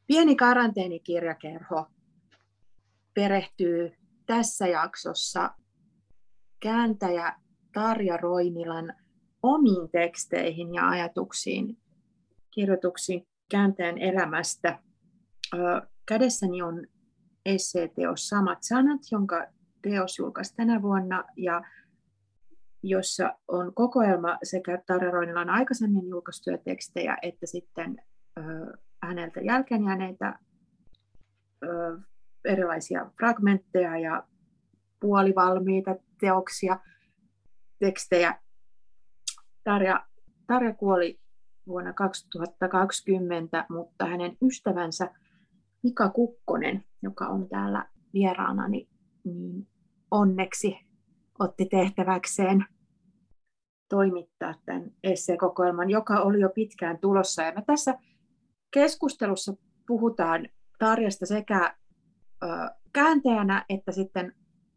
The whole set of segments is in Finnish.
Pieni karanteenikirjakerho perehtyy tässä jaksossa kääntäjä Tarja Roinilan omiin teksteihin ja ajatuksiin, kirjoituksiin kääntäjän elämästä. Kädessäni on esseeteos Samat sanat, jonka teos julkaisi tänä vuonna ja jossa on kokoelma sekä Tarja Roinilan aikaisemmin julkaistuja tekstejä että sitten häneltä jälkeen jääneitä erilaisia fragmentteja ja puolivalmiita teoksia, tekstejä. Tarja kuoli vuonna 2020, mutta hänen ystävänsä Mika Kukkonen, joka on täällä vieraanani, niin onneksi otti tehtäväkseen toimittaa tämän esseekokoelman, joka oli jo pitkään tulossa. Ja me tässä keskustelussa puhutaan Tarjasta sekä kääntäjänä että sitten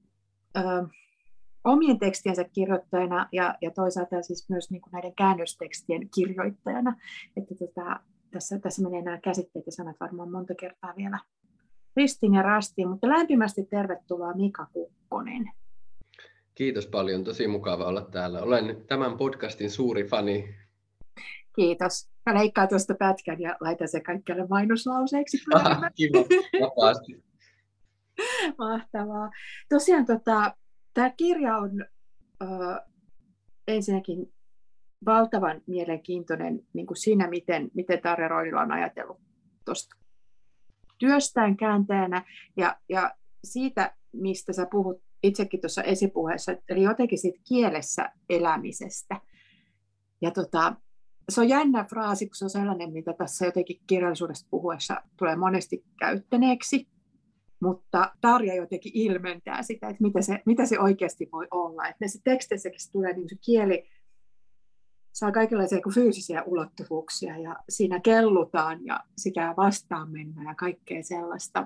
omien tekstiensä kirjoittajana ja toisaalta siis myös niin kuin näiden käännöstekstien kirjoittajana. Että tässä menee nämä käsitteet ja sanat varmaan monta kertaa vielä ristiin ja rastiin, mutta lämpimästi tervetuloa Mika Kukkonen. Kiitos paljon, tosi mukava olla täällä. Olen tämän podcastin suuri fani. Kiitos. Mä leikkaan tuosta pätkän ja laitan se kaikkialle mainoslauseeksi. Kiva, vapaasti. Mahtavaa. Tosiaan tämä kirja on ensinnäkin valtavan mielenkiintoinen niin kuin siinä, miten Tarja Roinila on ajatellut tuosta työstään kääntäjänä ja siitä, mistä sä puhut itsekin tuossa esipuheessa, eli jotenkin siitä kielessä elämisestä. Ja se on jännä fraasi, kun se on sellainen, mitä tässä jotenkin kirjallisuudesta puhuessa tulee monesti käyttäneeksi, mutta Tarja jotenkin ilmentää sitä, että mitä se oikeasti voi olla. Että näissä teksteissäkin tulee niin se kieli, saa kaikenlaisia fyysisiä ulottuvuuksia ja siinä kellutaan ja sitä vastaan mennään ja kaikkea sellaista.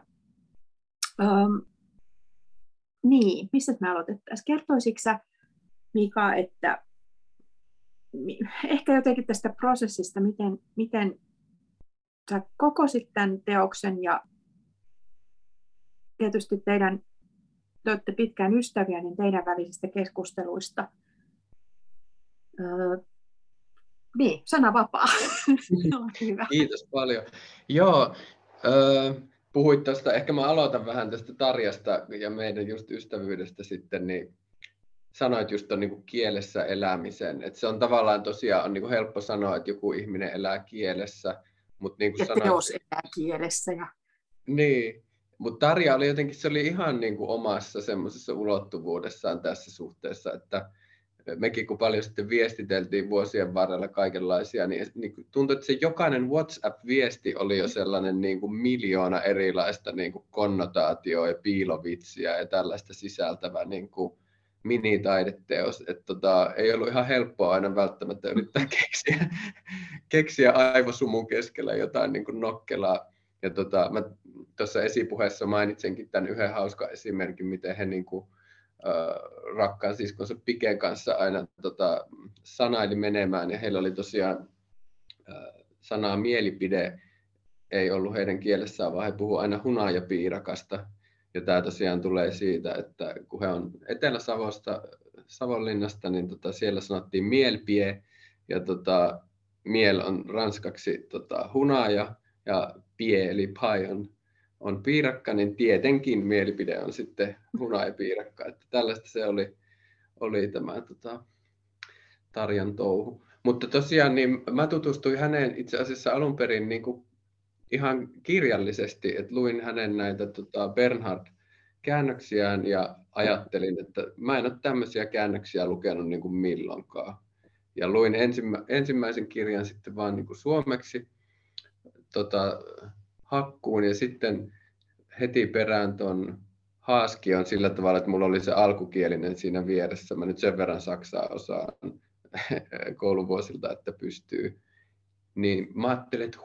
Niin, mistä me aloitettaisiin? Kertoisitko sä, Mika, että ehkä jotenkin tästä prosessista, miten sä kokosit tämän teoksen ja tietysti te olette pitkään ystäviä, niin teidän välisistä keskusteluista. Niin, sana vapaa. Hyvä. Kiitos paljon. Joo, puhuit tuosta, ehkä mä aloitan vähän tästä Tarjasta ja meidän just ystävyydestä sitten, niin sanoit just ton niin kielessä elämisen. Et se on tavallaan tosiaan on niin helppo sanoa, että joku ihminen elää kielessä. Mut niin ja sanoit, teos elää kielessä. Ja... Niin, mutta Tarja oli jotenkin, se oli ihan niin kuin omassa semmoisessa ulottuvuudessaan tässä suhteessa, että mekin kun paljon sitten viestiteltiin vuosien varrella kaikenlaisia, niin tuntui, että se jokainen WhatsApp-viesti oli jo sellainen niin kuin miljoona erilaista niin kuin konnotaatioa ja piilovitsiä ja tällaista sisältävä niin kuin minitaideteos. Että ei ollut ihan helppoa aina välttämättä yrittää keksiä aivosumun keskellä jotain niin kuin nokkelaa. Ja mä tuossa esipuheessa mainitsenkin tämän yhden hauskan esimerkin, miten he niin kuin, rakkaan siskonsa Piken kanssa aina sanaili menemään, ja heillä oli tosiaan sanaa mielipide ei ollut heidän kielessään, vaan he puhuivat aina hunajapiirakasta. Ja tämä tosiaan tulee siitä, että kun he on Etelä-Savosta, Savonlinnasta, niin siellä sanottiin mielpie, ja miel on ranskaksi hunaja, ja pie eli pai on piirakka, niin tietenkin mielipide on sitten hunajapiirakka. Että tällaista se oli tämä Tarjan touhu. Mutta tosiaan niin mä tutustuin häneen itse asiassa alun perin niin kuin ihan kirjallisesti, että luin hänen näitä Bernhard-käännöksiään ja ajattelin, että mä en ole tämmöisiä käännöksiä lukenut niin kuin milloinkaan. Ja luin ensimmäisen kirjan sitten vaan niin kuin suomeksi hakkuun ja sitten heti perään ton Haaskion sillä tavalla, että mulla oli se alkukielinen siinä vieressä. Mä nyt sen verran saksaa osaan kouluvuosilta, että pystyy. Niin mä ajattelin, että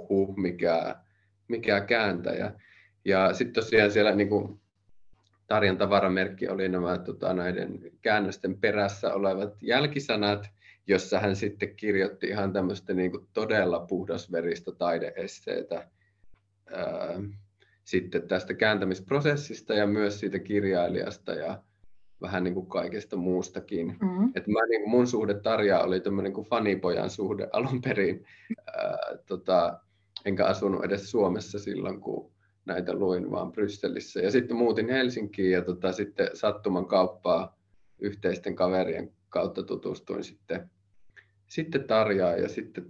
mikä kääntäjä. Ja sitten tosiaan siellä niin kuin Tarjan tavaramerkki oli nämä näiden käännösten perässä olevat jälkisanat, jossa hän sitten kirjoitti ihan tämmöistä niin kuin todella puhdasveristä taideesseitä. sitten tästä kääntämisprosessista ja myös siitä kirjailijasta ja vähän niin kuin kaikesta muustakin. Että mun suhde Tarjaan oli tämmöinen kuin fanipojan suhde alun perin. Enkä asunut edes Suomessa silloin, kun näitä luin, vaan Brysselissä. Ja sitten muutin Helsinkiin ja sitten sattuman kauppaa yhteisten kaverien kautta tutustuin sitten Tarjaan. Ja sitten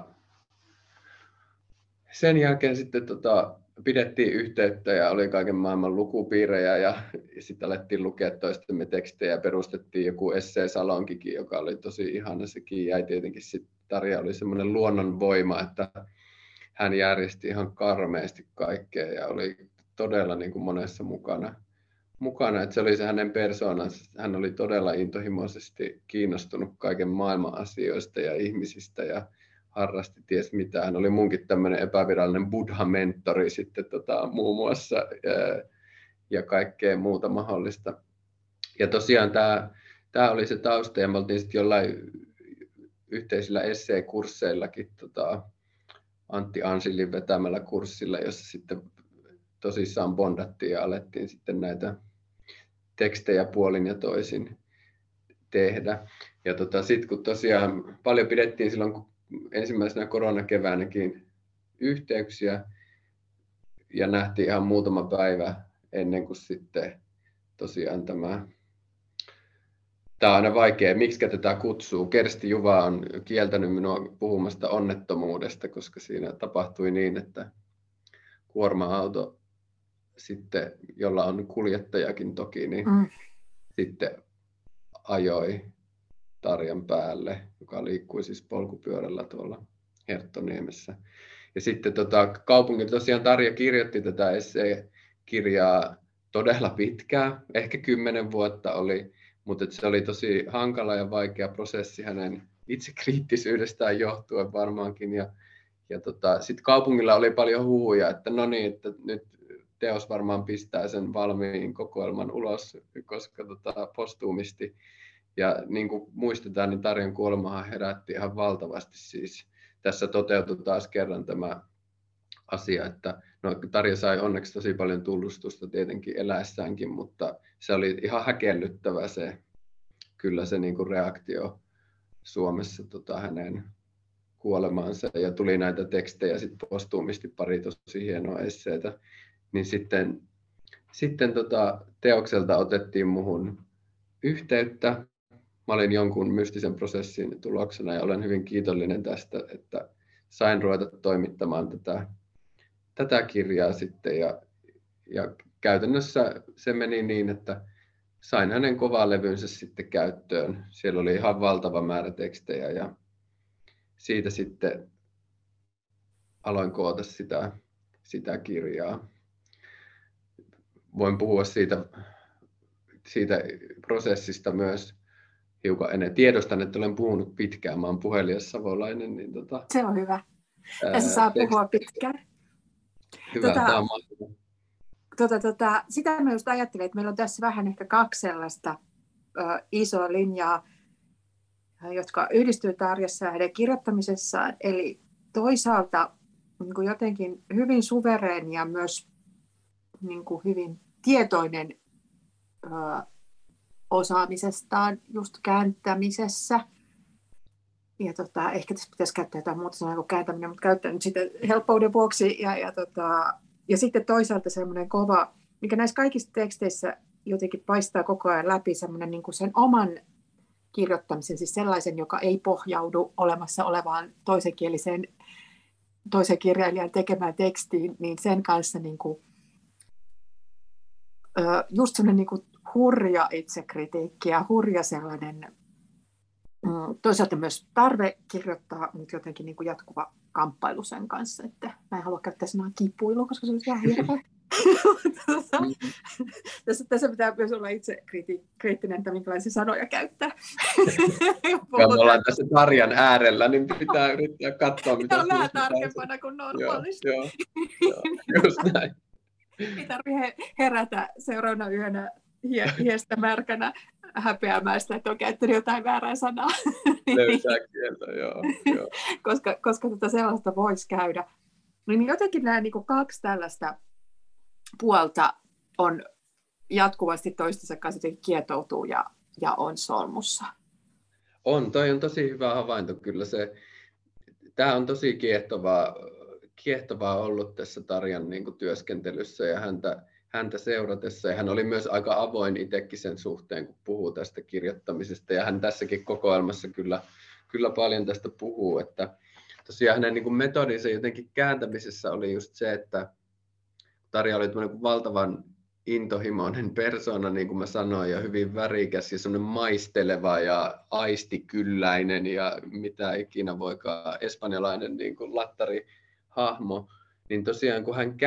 sen jälkeen sitten pidettiin yhteyttä ja oli kaiken maailman lukupiirejä ja sitten alettiin lukea toistemme tekstejä ja perustettiin joku essee-salonkikin, joka oli tosi ihana. Sekin jäi tietenkin sitten, Tarja oli semmoinen luonnonvoima, että hän järjesti ihan karmeasti kaikkea ja oli todella niin kuin monessa mukana. Että se oli se hänen persoonansa. Hän oli todella intohimoisesti kiinnostunut kaiken maailman asioista ja ihmisistä ja harrasti ties mitä. Hän oli munkin tämmöinen epävirallinen buddha-mentori sitten muun muassa ja kaikkea muuta mahdollista. Ja tosiaan tämä oli se tausta ja me oltiin sitten jollain yhteisillä essee-kursseillakin Antti Ansilin vetämällä kurssilla, jossa sitten tosissaan bondattiin ja alettiin sitten näitä tekstejä puolin ja toisin tehdä. Ja sitten kun tosiaan paljon pidettiin silloin, kun ensimmäisenä koronakeväänäkin yhteyksiä ja nähtiin ihan muutama päivä ennen kuin sitten tosiaan tämä on aina vaikea, miksi tätä kutsuu. Kersti Juva on kieltänyt minua puhumasta onnettomuudesta, koska siinä tapahtui niin, että kuorma-auto sitten, jolla on kuljettajakin toki, niin sitten ajoi Tarjan päälle, joka liikkui siis polkupyörällä tuolla Herttoniemessä. Ja sitten kaupungin tosiaan Tarja kirjoitti tätä essee-kirjaa todella pitkään, ehkä 10 vuotta oli, mutta se oli tosi hankala ja vaikea prosessi hänen itsekriittisyydestään johtuen varmaankin. Ja sitten kaupungilla oli paljon huhuja, että no niin, että nyt teos varmaan pistää sen valmiin kokoelman ulos, koska postuumisti. Ja niin kuin muistetaan, niin Tarjan kuolemahan herätti ihan valtavasti siis. Tässä toteutui taas kerran tämä asia, että Tarja sai onneksi tosi paljon tunnustusta tietenkin eläessäänkin, mutta se oli ihan häkellyttävä kyllä se niin kuin reaktio Suomessa hänen kuolemaansa. Ja tuli näitä tekstejä sitten postuumisti, pari tosi hienoa esseitä. Niin sitten teokselta otettiin muhun yhteyttä. Mä olin jonkun mystisen prosessin tuloksena ja olen hyvin kiitollinen tästä, että sain ruveta toimittamaan tätä kirjaa sitten. Ja käytännössä se meni niin, että sain hänen kovalevynsä sitten käyttöön. Siellä oli ihan valtava määrä tekstejä ja siitä sitten aloin koota sitä kirjaa. Voin puhua siitä prosessista myös hiukan ennen. Tiedostan, että olen puhunut pitkään. Mä oon puhelias savolainen. Niin se on hyvä. Tässä saa puhua pitkään. Hyvä, tämä on mahtavaa. Sitä mä just ajattelin, että meillä on tässä vähän ehkä 2 sellaista isoa linjaa, jotka yhdistyy Tarjassa ja hänen kirjoittamisessaan. Eli toisaalta niin kuin jotenkin hyvin suvereeni ja myös niin kuin hyvin tietoinen osaamisestaan just kääntämisessä. Ja ehkä tässä pitäisi käyttää jotain muuta sanaa kuin kääntäminen, mutta käytän nyt sitä helppouden vuoksi. Ja sitten toisaalta semmoinen kova, mikä näissä kaikissa teksteissä jotenkin paistaa koko ajan läpi, semmoinen niin kuin sen oman kirjoittamisen, siis sellaisen, joka ei pohjaudu olemassa olevaan toisen kirjailijan tekemään tekstiin, niin sen kanssa niin kuin, just semmoinen niin kuin hurja itsekritiikki ja hurja sellainen, toisaalta myös tarve kirjoittaa, mutta jotenkin niin kuin jatkuva kamppailu sen kanssa, että mä en halua käyttää sanaa kipuilu, koska se olisi vähän hirveä. Tässä pitää myös olla itse kriittinen, että minkälaisia sanoja käyttää. Me ollaan tässä Tarjan äärellä, niin pitää yrittää katsoa, mitä on vähän tarkempana kuin normaalisti. Joo, just näin. Ei tarvitse herätä seuraavana yönä hiestä märkänä häpeämään sitä, että on käyttänyt jotain väärää sanaa. Löysää kieltä, joo. koska sellaista voisi käydä. Niin jotenkin nämä niin kuin kaksi tällaista puolta on jatkuvasti toistensa kanssa kietoutuu ja on solmussa. Toi on tosi hyvä havainto kyllä se. Tämä on tosi kiehtovaa ollut tässä Tarjan niin kuin työskentelyssä ja häntä seuratessa. Ja hän oli myös aika avoin itsekin sen suhteen, kun puhuu tästä kirjoittamisesta. Ja hän tässäkin kokoelmassa kyllä paljon tästä puhuu. Että tosiaan hänen niin kuin metodinsa jotenkin kääntämisessä oli just se, että Tarja oli valtavan intohimoinen persona, niin kuin mä sanoin, ja hyvin värikäs ja semmoinen maisteleva ja aistikylläinen ja mitä ikinä voikaan espanjalainen niin kuin lattarihahmo. Niin tosiaan kun hän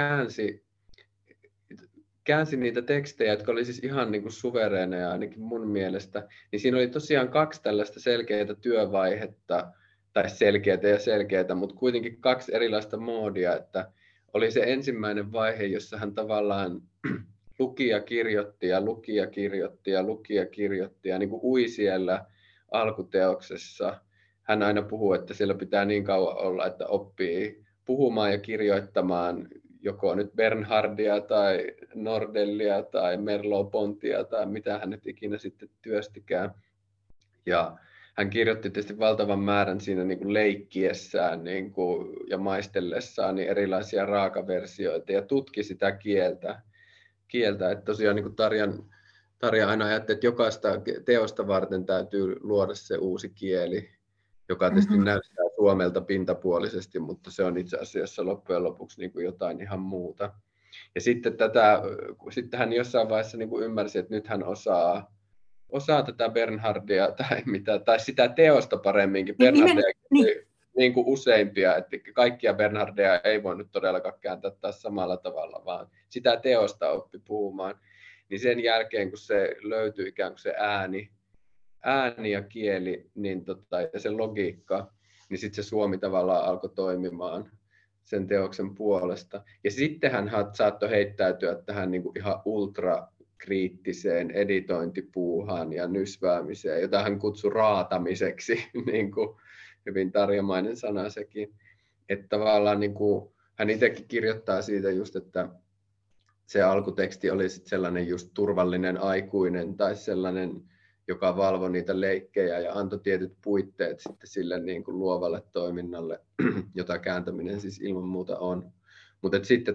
käänsi niitä tekstejä, jotka oli siis ihan niin kuin suvereeneja ainakin mun mielestä, niin siinä oli tosiaan kaksi tällaista selkeää työvaihetta, tai selkeää, mutta kuitenkin kaksi erilaista moodia, että oli se ensimmäinen vaihe, jossa hän tavallaan luki ja kirjoitti ja luki ja kirjoitti ja luki ja kirjoitti ja niin kuin ui siellä alkuteoksessa. Hän aina puhuu, että siellä pitää niin kauan olla, että oppii puhumaan ja kirjoittamaan joko nyt Bernhardia tai Nordellia tai Merleau-Pontia tai mitä hän nyt ikinä sitten työstikään. Ja hän kirjoitti tietysti valtavan määrän siinä niin kuin leikkiessään niin kuin, ja maistellessaan niin erilaisia raakaversioita ja tutki sitä kieltä. Että tosiaan niin kuin Tarja aina ajatteli, että jokaista teosta varten täytyy luoda se uusi kieli, joka tietysti näyttää suomelta pintapuolisesti, mutta se on itse asiassa loppujen lopuksi niin kuin jotain ihan muuta. Ja sitten sitten hän jossain vaiheessa niin kuin ymmärsi, että nyt hän osaa tätä Bernhardia tai sitä teosta paremminkin. Bernhardia niin kuin useimpia, että kaikkia Bernhardia ei voinut todellakaan kääntää taas samalla tavalla, vaan sitä teosta oppi puhumaan. Niin sen jälkeen, kun se löytyi ikään kuin se ääni ja kieli niin ja se logiikka, niin sitten se suomi tavallaan alkoi toimimaan sen teoksen puolesta. Ja sitten hän saattoi heittäytyä tähän niin kuin ihan ultrakriittiseen editointipuuhaan ja nysväämiseen, jota hän kutsui raatamiseksi, niin kuin hyvin tarjamainen sana sekin. Että tavallaan niin kuin, hän itsekin kirjoittaa siitä just, että se alkuteksti oli sitten sellainen just turvallinen aikuinen tai sellainen, joka valvoi niitä leikkejä ja antoi tietyt puitteet sitten sille niin kuin luovalle toiminnalle, jota kääntäminen siis ilman muuta on. Mutta sitten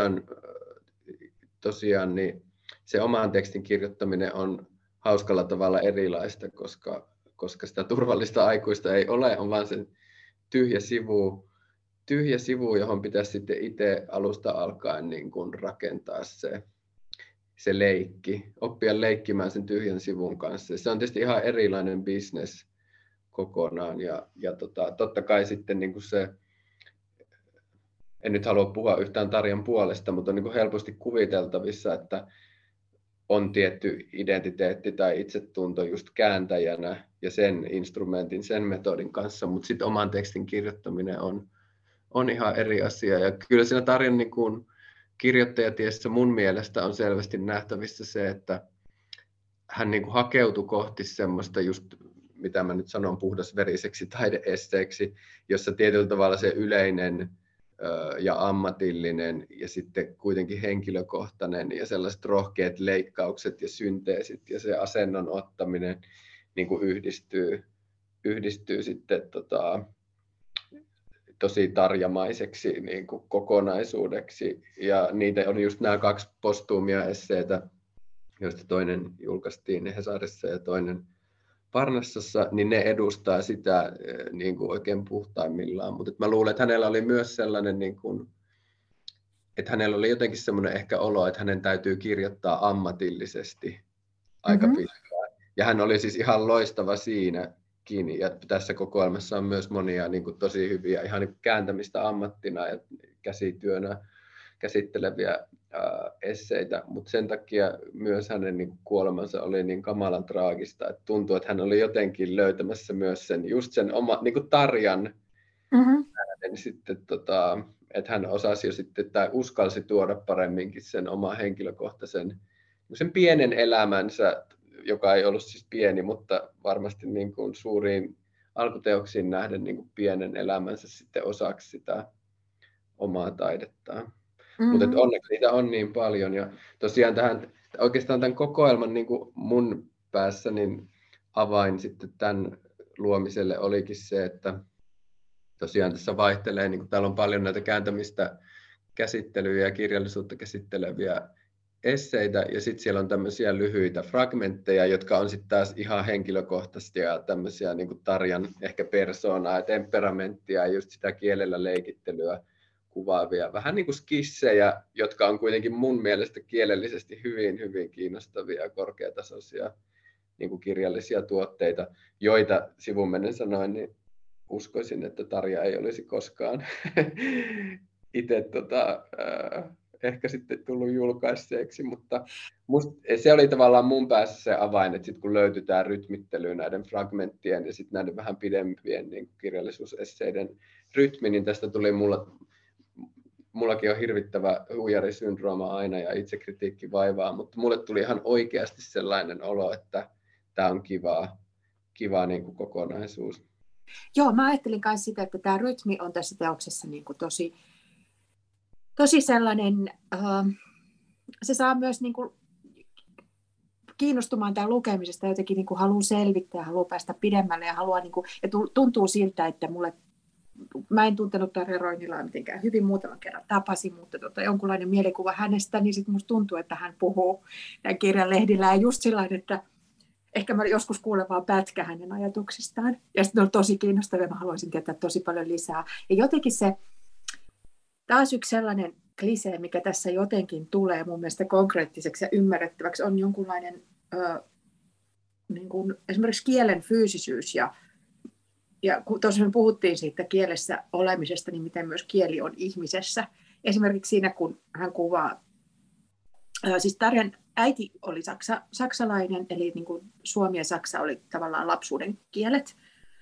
tosiaan niin se oman tekstin kirjoittaminen on hauskalla tavalla erilaista, koska sitä turvallista aikuista ei ole, on vaan se tyhjä sivu, johon pitäisi sitten itse alusta alkaen niin kuin rakentaa se leikki, oppia leikkimään sen tyhjän sivun kanssa. Se on tietysti ihan erilainen business kokonaan ja totta kai sitten niin kuin se, en nyt halua puhua yhtään Tarjan puolesta, mutta on niin kuin helposti kuviteltavissa, että on tietty identiteetti tai itsetunto just kääntäjänä ja sen instrumentin, sen metodin kanssa, mutta sitten oman tekstin kirjoittaminen on ihan eri asia. Ja kyllä siinä Tarjan niin kuin kirjoittajatiessä mun mielestä on selvästi nähtävissä se, että hän niin kuin hakeutui kohti semmoista just, mitä mä nyt sanon, puhdasveriseksi taideesseeksi, jossa tietyllä tavalla se yleinen ja ammatillinen ja sitten kuitenkin henkilökohtainen ja sellaiset rohkeat leikkaukset ja synteesit ja se asennon ottaminen niin kuin yhdistyy sitten tosi tarjamaiseksi niin kuin kokonaisuudeksi. Ja niitä on just nämä 2 postuumia esseitä, joista toinen julkaistiin Hesarissa ja toinen Parnassassa, niin ne edustaa sitä niin kuin oikein puhtaimmillaan. Mutta mä luulen, että hänellä oli myös sellainen, niin kuin, että hänellä oli jotenkin semmoinen ehkä olo, että hänen täytyy kirjoittaa ammatillisesti aika pitkään. Ja hän oli siis ihan loistava siinäkin. Ja tässä kokoelmassa on myös monia niin kuin tosi hyviä ihan niin kuin kääntämistä ammattina ja käsityönä käsitteleviä esseitä, mutta sen takia myös hänen niin kuolemansa oli niin kamalan traagista, että tuntuu, että hän oli jotenkin löytämässä myös just sen oma niin kuin Tarjan äänen sitten, että hän osasi jo sitten tai uskalsi tuoda paremminkin sen oman henkilökohtaisen sen pienen elämänsä, joka ei ollut siis pieni, mutta varmasti niin kuin suuriin alkuteoksiin nähden niin kuin pienen elämänsä sitten osaksi sitä omaa taidettaan. Mutta Mm-hmm. onneksi niitä on niin paljon. Ja tosiaan oikeastaan tämän kokoelman niin kuin mun päässä niin avain sitten tämän luomiselle olikin se, että tosiaan tässä vaihtelee, niin kuin täällä on paljon näitä kääntämistä käsittelyjä ja kirjallisuutta käsitteleviä esseitä, ja sitten siellä on tämmöisiä lyhyitä fragmentteja, jotka on sitten taas ihan henkilökohtaisia tämmöisiä niin kuin Tarjan ehkä persoonaa ja temperamenttia ja just sitä kielellä leikittelyä kuvaavia, vähän niin kuin skissejä, jotka on kuitenkin mun mielestä kielellisesti hyvin, hyvin kiinnostavia ja korkeatasoisia niin kuin kirjallisia tuotteita, joita sivumennen sanoen, niin uskoisin, että Tarja ei olisi koskaan itse ehkä sitten tullut julkaiseeksi, mutta se oli tavallaan mun päässä se avain, että sitten kun löytyi tämä rytmittely näiden fragmenttien ja sitten näiden vähän pidempien niin kirjallisuusesseiden rytmi, niin tästä tuli mullakin on hirvittävä huijarisyndrooma aina ja itsekritiikki vaivaa, mutta mulle tuli ihan oikeasti sellainen olo, että tämä on kiva niin kuin kokonaisuus. Joo, mä ajattelin myös sitä, että tämä rytmi on tässä teoksessa niin kuin tosi sellainen, se saa myös niin kuin kiinnostumaan tämän lukemisesta, jotenkin niin kuin haluaa selvittää, haluaa päästä pidemmälle ja haluaa, niin kuin, ja tuntuu siltä, että mä en tuntenut Tarja Roinilaa mitenkään hyvin, muutaman kerran tapasin, mutta jonkunlainen mielikuva hänestä, niin sitten musta tuntuu, että hän puhuu tämän kirjan lehdillä ja just sillain, että ehkä mä joskus kuulen vaan pätkä hänen ajatuksistaan. Ja sitten on tosi kiinnostavia, mä haluaisin tietää tosi paljon lisää. Ja jotenkin se, taas yksi sellainen klisee, mikä tässä jotenkin tulee mun mielestä konkreettiseksi ja ymmärrettäväksi, on jonkunlainen niin kuin esimerkiksi kielen fyysisyys. Ja kun tosiaan puhuttiin siitä kielessä olemisesta, niin miten myös kieli on ihmisessä. Esimerkiksi siinä, kun hän kuvaa, siis Tarjan äiti oli saksalainen, eli niin kuin Suomi ja Saksa oli tavallaan lapsuuden kielet.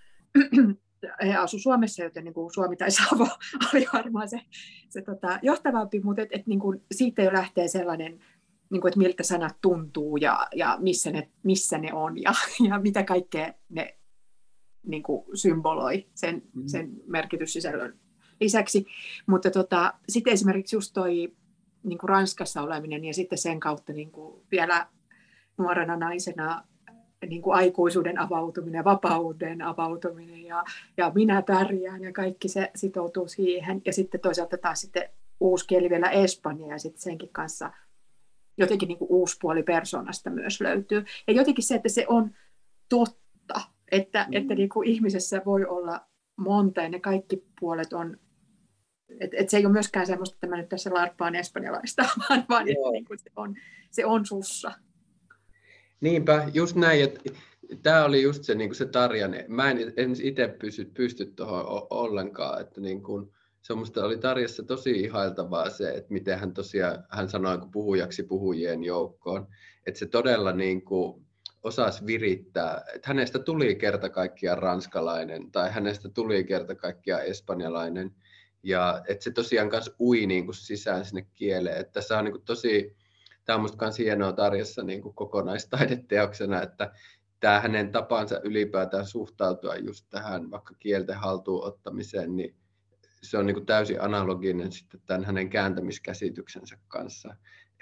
He asuivat Suomessa, joten niin kuin Suomi tai Savo oli varmaan se johtavampi, mutta niin kuin siitä jo lähtee sellainen, niin kuin, että miltä sanat tuntuu ja missä ne on ja mitä kaikkea ne niin kuin symboloi sen merkityssisällön lisäksi. Mutta sitten esimerkiksi just toi niin kuin Ranskassa oleminen ja sitten sen kautta niin kuin vielä nuorena naisena niin kuin aikuisuuden avautuminen, vapauden avautuminen ja minä pärjään ja kaikki se sitoutuu siihen. Ja sitten toisaalta taas sitten uusi kieli vielä espanja ja sitten senkin kanssa jotenkin niin kuin uusi puoli persoonasta myös löytyy. Ja jotenkin se, että se on totta, että niin kuin ihmisessä voi olla monta ja ne kaikki puolet on. Et se ei ole myöskään semmoista, että mä nyt tässä larppaan espanjalaista, vaan että niin kuin se on sussa. Niinpä, just näin. Tämä oli just se, niin kuin se Tarjan. Mä en itse pysty tuohon ollenkaan. Että niin kuin, se musta oli Tarjassa tosi ihailtavaa se, että miten hän sanoi kun puhujaksi puhujien joukkoon, että se todella niin kuin osasi virittää, että hänestä tuli kerta kaikkiaan ranskalainen tai hänestä tuli kerta kaikkiaan espanjalainen. Ja että se tosiaan kanssa ui niin kuin sisään sinne kieleen. Että tässä on niin kuin tämä on musta myös hienoa Tarjassa niin kuin kokonaistaideteoksena, että tämä hänen tapansa ylipäätään suhtautua just tähän vaikka kielten haltuun ottamiseen, niin se on niin kuin täysin analoginen sitten tämän hänen kääntämiskäsityksensä kanssa.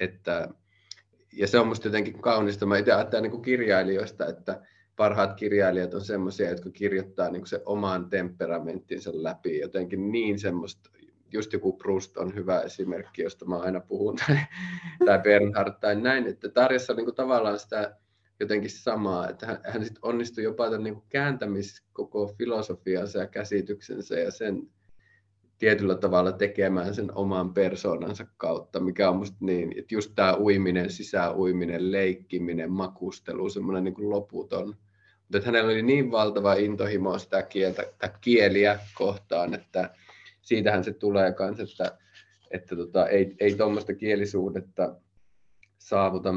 Ja se on musta jotenkin kaunista. Mä itse ajattelen niin kuin kirjailijoista, että parhaat kirjailijat on semmoisia, jotka kirjoittaa niin kuin se oman temperamenttinsa läpi jotenkin niin semmoista. Just joku Proust on hyvä esimerkki, josta mä aina puhun, tai Bernhard tai näin, että Tarjassa on niin kuin tavallaan sitä jotenkin samaa, että hän sit onnistui jopa tämän niin kuin koko filosofiansa ja käsityksensä ja sen tietyllä tavalla tekemään sen oman persoonansa kautta, mikä on musta niin, että just tämä uiminen, sisäuiminen, leikkiminen, makustelu, semmoinen niin kuin loputon. Mutta että hänellä oli niin valtava intohimo sitä kieliä kohtaan, että siitähän se tulee kanssa, että ei tuommoista kielisuhdetta saavuta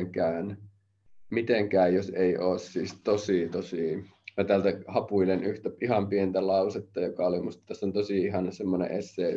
mitenkään, jos ei ole siis tosi. Mä täältä hapuilen yhtä ihan pientä lausetta, joka oli musta, tässä on tosi ihana semmoinen essee,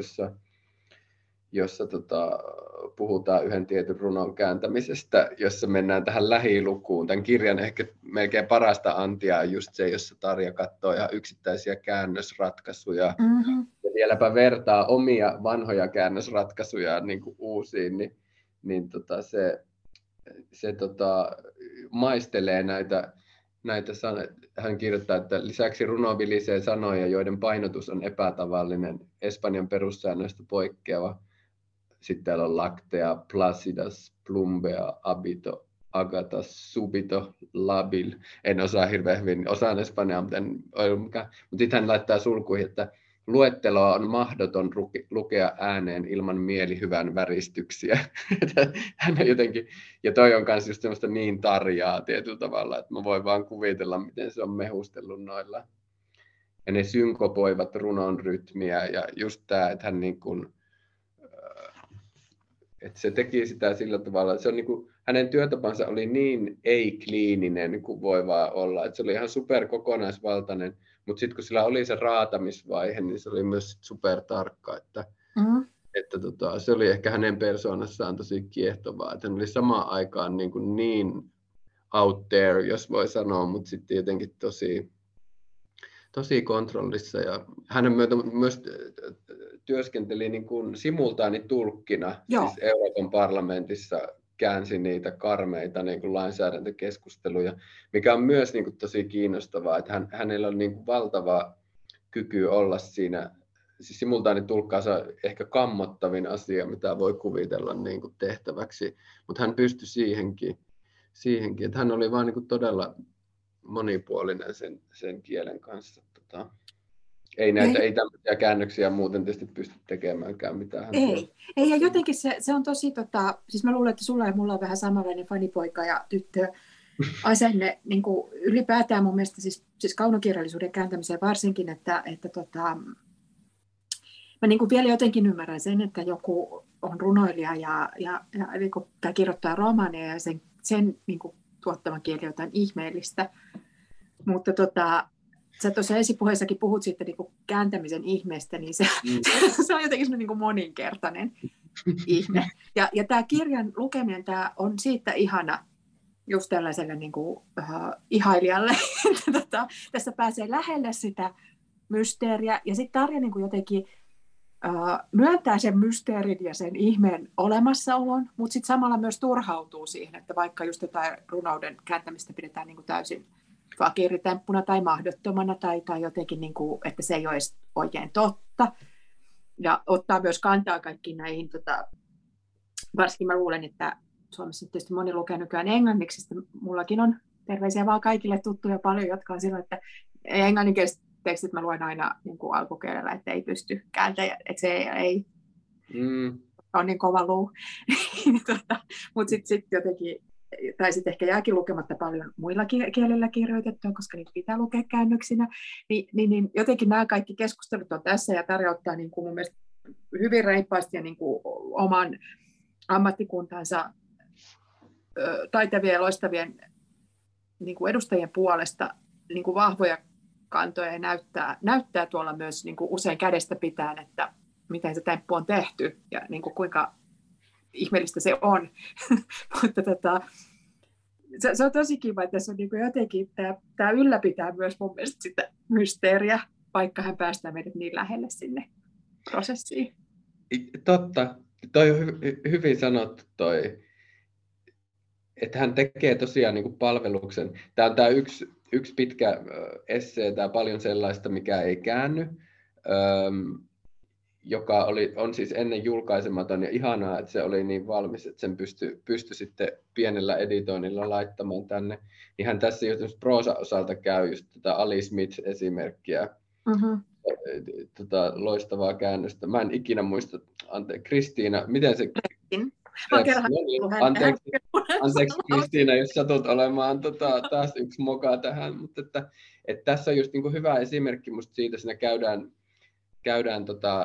jossa puhutaan yhden tietyn runon kääntämisestä, jossa mennään tähän lähilukuun. Tämän kirjan ehkä melkein parasta antia on just se, jossa Tarja katsoo ihan yksittäisiä käännösratkaisuja. Mm-hmm. ja vieläpä vertaa omia vanhoja käännösratkaisuja niin kuin uusiin, niin se maistelee näitä sanoja. Hän kirjoittaa, että lisäksi runo vilisee sanoja, joiden painotus on epätavallinen, Espanjan perussäännöistä poikkeava. Sitten täällä on lactea, placidas, plumbea, abito, agatas, subito, labil. En osaa hirveän hyvin, osaan espanjaa, mutta sitten hän laittaa sulkuihin, että luetteloa on mahdoton lukea ääneen ilman mielihyvän väristyksiä. Hän on jotenkin, ja toi on myös just semmoista niin tarjaa tietyllä tavalla, että mä voin vaan kuvitella, miten se on mehustellut noilla. Ja ne synkopoivat runon rytmiä, ja just tämä, että hän niin kuin, että se teki sitä sillä tavalla, että se on niin kuin, hänen työtapansa oli niin ei-kliininen kuin voi vaan olla, että se oli ihan super kokonaisvaltainen, mutta sitten kun sillä oli se raatamisvaihe, niin se oli myös super tarkka, että se oli ehkä hänen persoonassaan tosi kiehtovaa, että hän oli samaan aikaan niin out there, jos voi sanoa, mutta sitten jotenkin tosi kontrollissa, ja hänen myös työskenteli niin kuin simultaanitulkkina, siis Euroopan parlamentissa käänsi niitä karmeita niin kuin lainsäädäntökeskusteluja, mikä on myös niin kuin tosi kiinnostavaa, että hänellä on niin kuin valtava kyky olla siinä, siis simultaanitulkkaus on ehkä kammottavin asia, mitä voi kuvitella niin kuin tehtäväksi, mutta hän pystyi siihenkin, että hän oli vaan niin kuin todella monipuolinen sen kielen kanssa. Ei tämmöisiä käännöksiä muuten tietysti pysty tekemäänkään mitään. Ei, ja jotenkin se on tosi, siis mä luulen, että sulla ja mulla on vähän samanlainen fanipoika ja tyttö asenne niin kuin ylipäätään mun mielestä siis kaunokirjallisuuden kääntämiseen varsinkin, että mä niin kuin vielä jotenkin ymmärrän sen, että joku on runoilija tai kirjoittaa romaaneja ja sen niin kuin tuottama kieli on jotain ihmeellistä, mutta sä tuossa esipuheessakin puhut sitten niin kuin kääntämisen ihmeestä, niin se on jotenkin niin kuin moninkertainen ihme. Ja tämä kirjan lukeminen on siitä ihana just tällaiselle niin kuin, ihailijalle, että tässä pääsee lähelle sitä mysteeriä, ja sitten Tarja niin kuin jotenkin myöntää sen mysteerin ja sen ihmeen olemassaolon, mutta sitten samalla myös turhautuu siihen, että vaikka just jotain runouden kääntämistä pidetään niin kuin täysin fakiritemppuna tai mahdottomana tai jotenkin, niin kuin, että se ei ole edes oikein totta. Ja ottaa myös kantaa kaikkiin näihin, varsinkin mä luulen, että Suomessa tietysti moni lukee nykyään englanniksi, mullakin on terveisiä vaan kaikille tuttuja paljon, jotka on silloin, että englanninkieliset tekstit mä luen aina niin kuin alkukielellä, että ei pysty kääntämään, että se ei on niin kova luu. Mutta sitten jotenkin, tai sitten ehkä jääkin lukematta paljon muilla kielillä kirjoitettua, koska niitä pitää lukea käännöksinä, niin jotenkin nämä kaikki keskustelut on tässä ja tarjottaa niin kuin mun mielestä hyvin reippaasti ja niin kuin oman ammattikuntansa taitavien ja loistavien niin kuin edustajien puolesta niin kuin vahvoja kantoja ja näyttää tuolla myös niin kuin usein kädestä pitäen, että miten se temppu on tehty ja niin kuin kuinka ihmeellistä se on. Mutta se on tosi kiva, että tässä on niin kuin jotenkin, tämä ylläpitää myös mun mielestä sitä mysteeriä, vaikka hän päästää meidät niin lähelle sinne prosessiin. Totta. Toi on hyvin sanottu toi, että hän tekee tosiaan niin kuin palveluksen. Tämä on tämä yksi pitkä essee, tämä paljon sellaista, mikä ei käänny, joka on siis ennen julkaisematon ja ihanaa, että se oli niin valmis, että sen pystyi sitten pienellä editoinnilla laittamaan tänne. Niin hän tässä just proosa-osalta käy just tätä Ali Smith-esimerkkiä, loistavaa käännöstä. Mä en ikinä muista, Kristiina, miten se... Anteeksi Kristiina, jos satut olemaan taas yksi moka tähän, mutta että tässä on just niin kuin hyvä esimerkki musta siitä, siinä käydään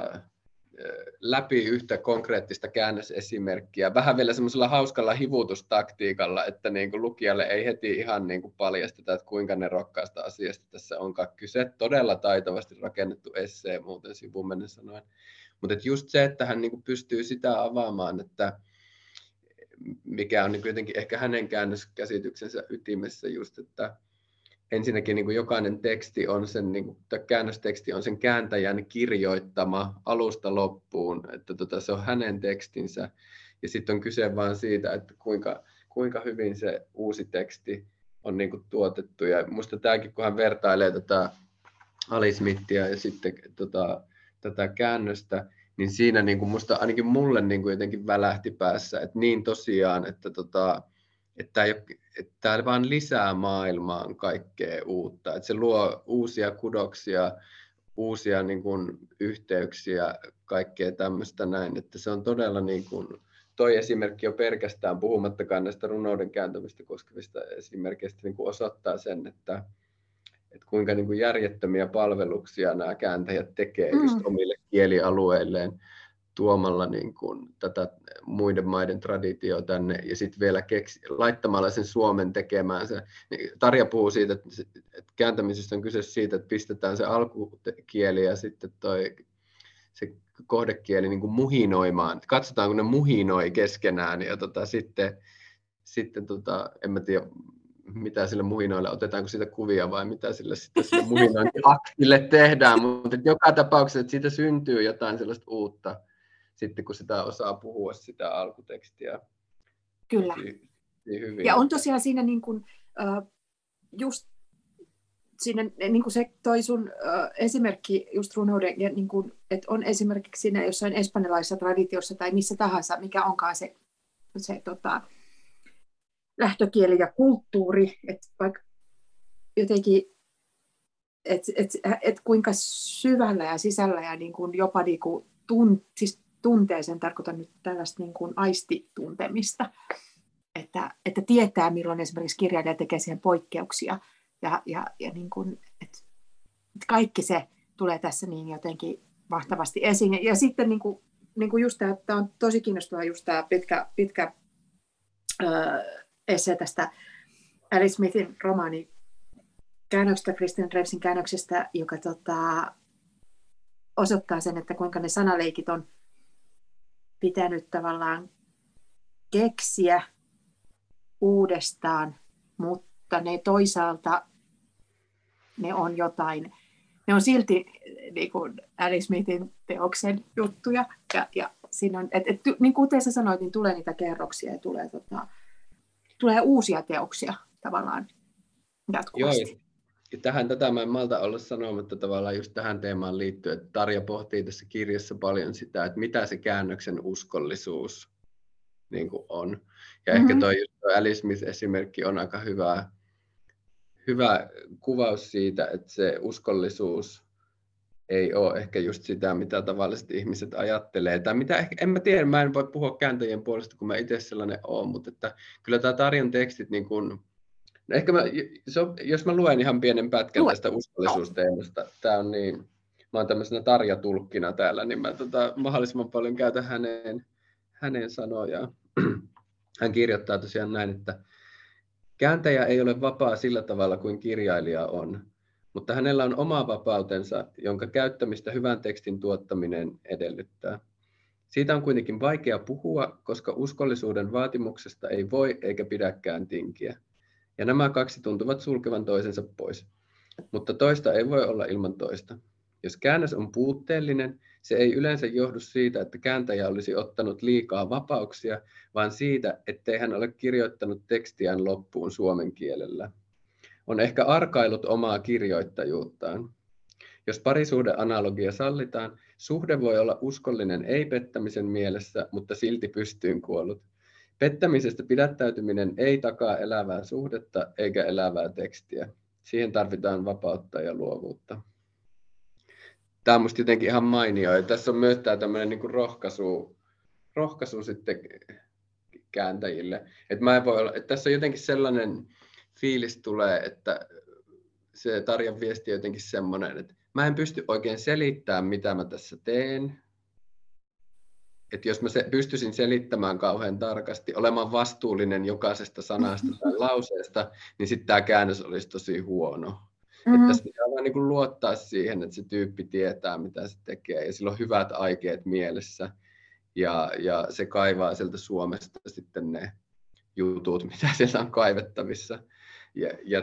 läpi yhtä konkreettista käännösesimerkkiä, vähän vielä semmoisella hauskalla hivutustaktiikalla, että niin kuin lukijalle ei heti ihan niin kuin paljasteta, että kuinka nerokkaasta asiasta tässä onkaan kyse. Todella taitavasti rakennettu essee muuten sivumennen sanoen. Mutta just se, että hän niin kuin pystyy sitä avaamaan, että mikä on niin jotenkin ehkä hänen käännöskäsityksensä ytimessä just, että ensinnäkin niin kuin jokainen teksti on sen, niin kuin, käännösteksti on sen kääntäjän kirjoittama alusta loppuun, että se on hänen tekstinsä. Ja sitten on kyse vain siitä, että kuinka hyvin se uusi teksti on niin kuin tuotettu. Ja minusta tämäkin, kun hän vertailee tätä Ali Smithia ja sitten tätä käännöstä, niin siinä niin kuin musta, ainakin mulle niin kuin jotenkin välähti päässä, että niin tosiaan, että tämä vaan lisää maailmaan kaikkea uutta, että se luo uusia kudoksia, uusia niin kuin yhteyksiä, kaikkea tämmöistä näin, että se on todella niin kuin, toi esimerkki jo pelkästään, puhumattakaan näistä runouden kääntämistä koskevista esimerkkeistä, niin kuin osoittaa sen, että kuinka niin kuin järjettömiä palveluksia nämä kääntäjät tekee just omille kielialueilleen tuomalla niin kuin tätä muiden maiden traditioa tänne ja sitten vielä laittamalla sen suomen tekemään se. Tarja puhuu siitä, että kääntämisessä on kyse siitä, että pistetään se alkukieli ja sitten se kohdekieli niin kuin muhinoimaan. Katsotaan, kun ne muhinoi keskenään ja sitten en mä tiedä, mitä sille muhinoille, otetaanko siitä kuvia vai mitä sille muhinointiaktille tehdään, mutta joka tapauksessa, että siitä syntyy jotain sellaista uutta, sitten kun sitä osaa puhua sitä alkutekstiä. Kyllä. Niin hyvin. Ja on tosiaan siinä niin kuin, just siinä, niin kuin se toi sun esimerkki just runouden, ja niin kuin, että on esimerkiksi siinä jossain espanjalaisessa traditiossa tai missä tahansa, mikä onkaan se lähtökieli ja kulttuuri, että vaikka jotenkin, että kuinka syvällä ja sisällä ja niin kuin jopa niin kuin siis tunteeseen, tarkoitan nyt tällaista niin kuin aistituntemista, että tietää, milloin esimerkiksi kirjailija tekee siihen poikkeuksia ja niin kuin, että kaikki se tulee tässä niin jotenkin mahtavasti esiin. Ja sitten niin kuin just tämä on tosi kiinnostavaa just tämä pitkä esse tästä Ali Smithin romaani käännöksestä, Kristin Reevesin käännöksestä, joka osoittaa sen, että kuinka ne sanaleikit on pitänyt tavallaan keksiä uudestaan, mutta ne toisaalta ne on jotain, ne on silti niin kuin Ali Smithin teoksen juttuja ja siinä on, niin kuin sä sanoit, niin tulee niitä kerroksia ja tulee uusia teoksia tavallaan jatkuvasti. Joo, ja tätä mä en malta olla sanomatta tavallaan just tähän teemaan liittyen, että Tarja pohtii tässä kirjassa paljon sitä, että mitä se käännöksen uskollisuus niin kuin on. Ja ehkä toi Ali Smith-esimerkki on aika hyvä kuvaus siitä, että se uskollisuus ei ole ehkä just sitä, mitä tavalliset ihmiset ajattelee. Tai mitä ehkä, en mä tiedä, mä en voi puhua kääntäjien puolesta, kun mä itse sellainen olen, mutta että kyllä tämä Tarjan tekstit, niin kun, no ehkä jos mä luen ihan pienen pätkän tästä uskollisuusteemasta, tämä on niin, mä oon tämmöisenä Tarja-tulkkina täällä, niin mä mahdollisimman paljon käytän hänen sanojaan. Hän kirjoittaa tosiaan näin, että kääntäjä ei ole vapaa sillä tavalla kuin kirjailija on, mutta hänellä on oma vapautensa, jonka käyttämistä hyvän tekstin tuottaminen edellyttää. Siitä on kuitenkin vaikea puhua, koska uskollisuuden vaatimuksesta ei voi eikä pidäkään tinkiä. Ja nämä kaksi tuntuvat sulkevan toisensa pois. Mutta toista ei voi olla ilman toista. Jos käännös on puutteellinen, se ei yleensä johdu siitä, että kääntäjä olisi ottanut liikaa vapauksia, vaan siitä, ettei hän ole kirjoittanut tekstiään loppuun suomen kielellä. On ehkä arkailut omaa kirjoittajuuttaan. Jos parisuhdeanalogia sallitaan, suhde voi olla uskollinen ei-pettämisen mielessä, mutta silti pystyyn kuollut. Pettämisestä pidättäytyminen ei takaa elävää suhdetta eikä elävää tekstiä. Siihen tarvitaan vapautta ja luovuutta. Tämä on musta jotenkin ihan mainio. Ja tässä on myös tämä tämmöinen niin kuin rohkaisu sitten kääntäjille. Että mä en voi olla, että tässä on jotenkin sellainen fiilis tulee, että se Tarjan viesti on jotenkin semmoinen, että mä en pysty oikein selittämään, mitä mä tässä teen. Että jos mä pystyisin selittämään kauhean tarkasti, olemaan vastuullinen jokaisesta sanasta tai lauseesta, niin sitten tämä käännös olisi tosi huono. Että tässä pitää vaan niin kuin luottaa siihen, että se tyyppi tietää, mitä se tekee, ja sillä on hyvät aikeet mielessä, ja se kaivaa sieltä Suomesta sitten ne jutut, mitä sieltä on kaivettavissa. Ja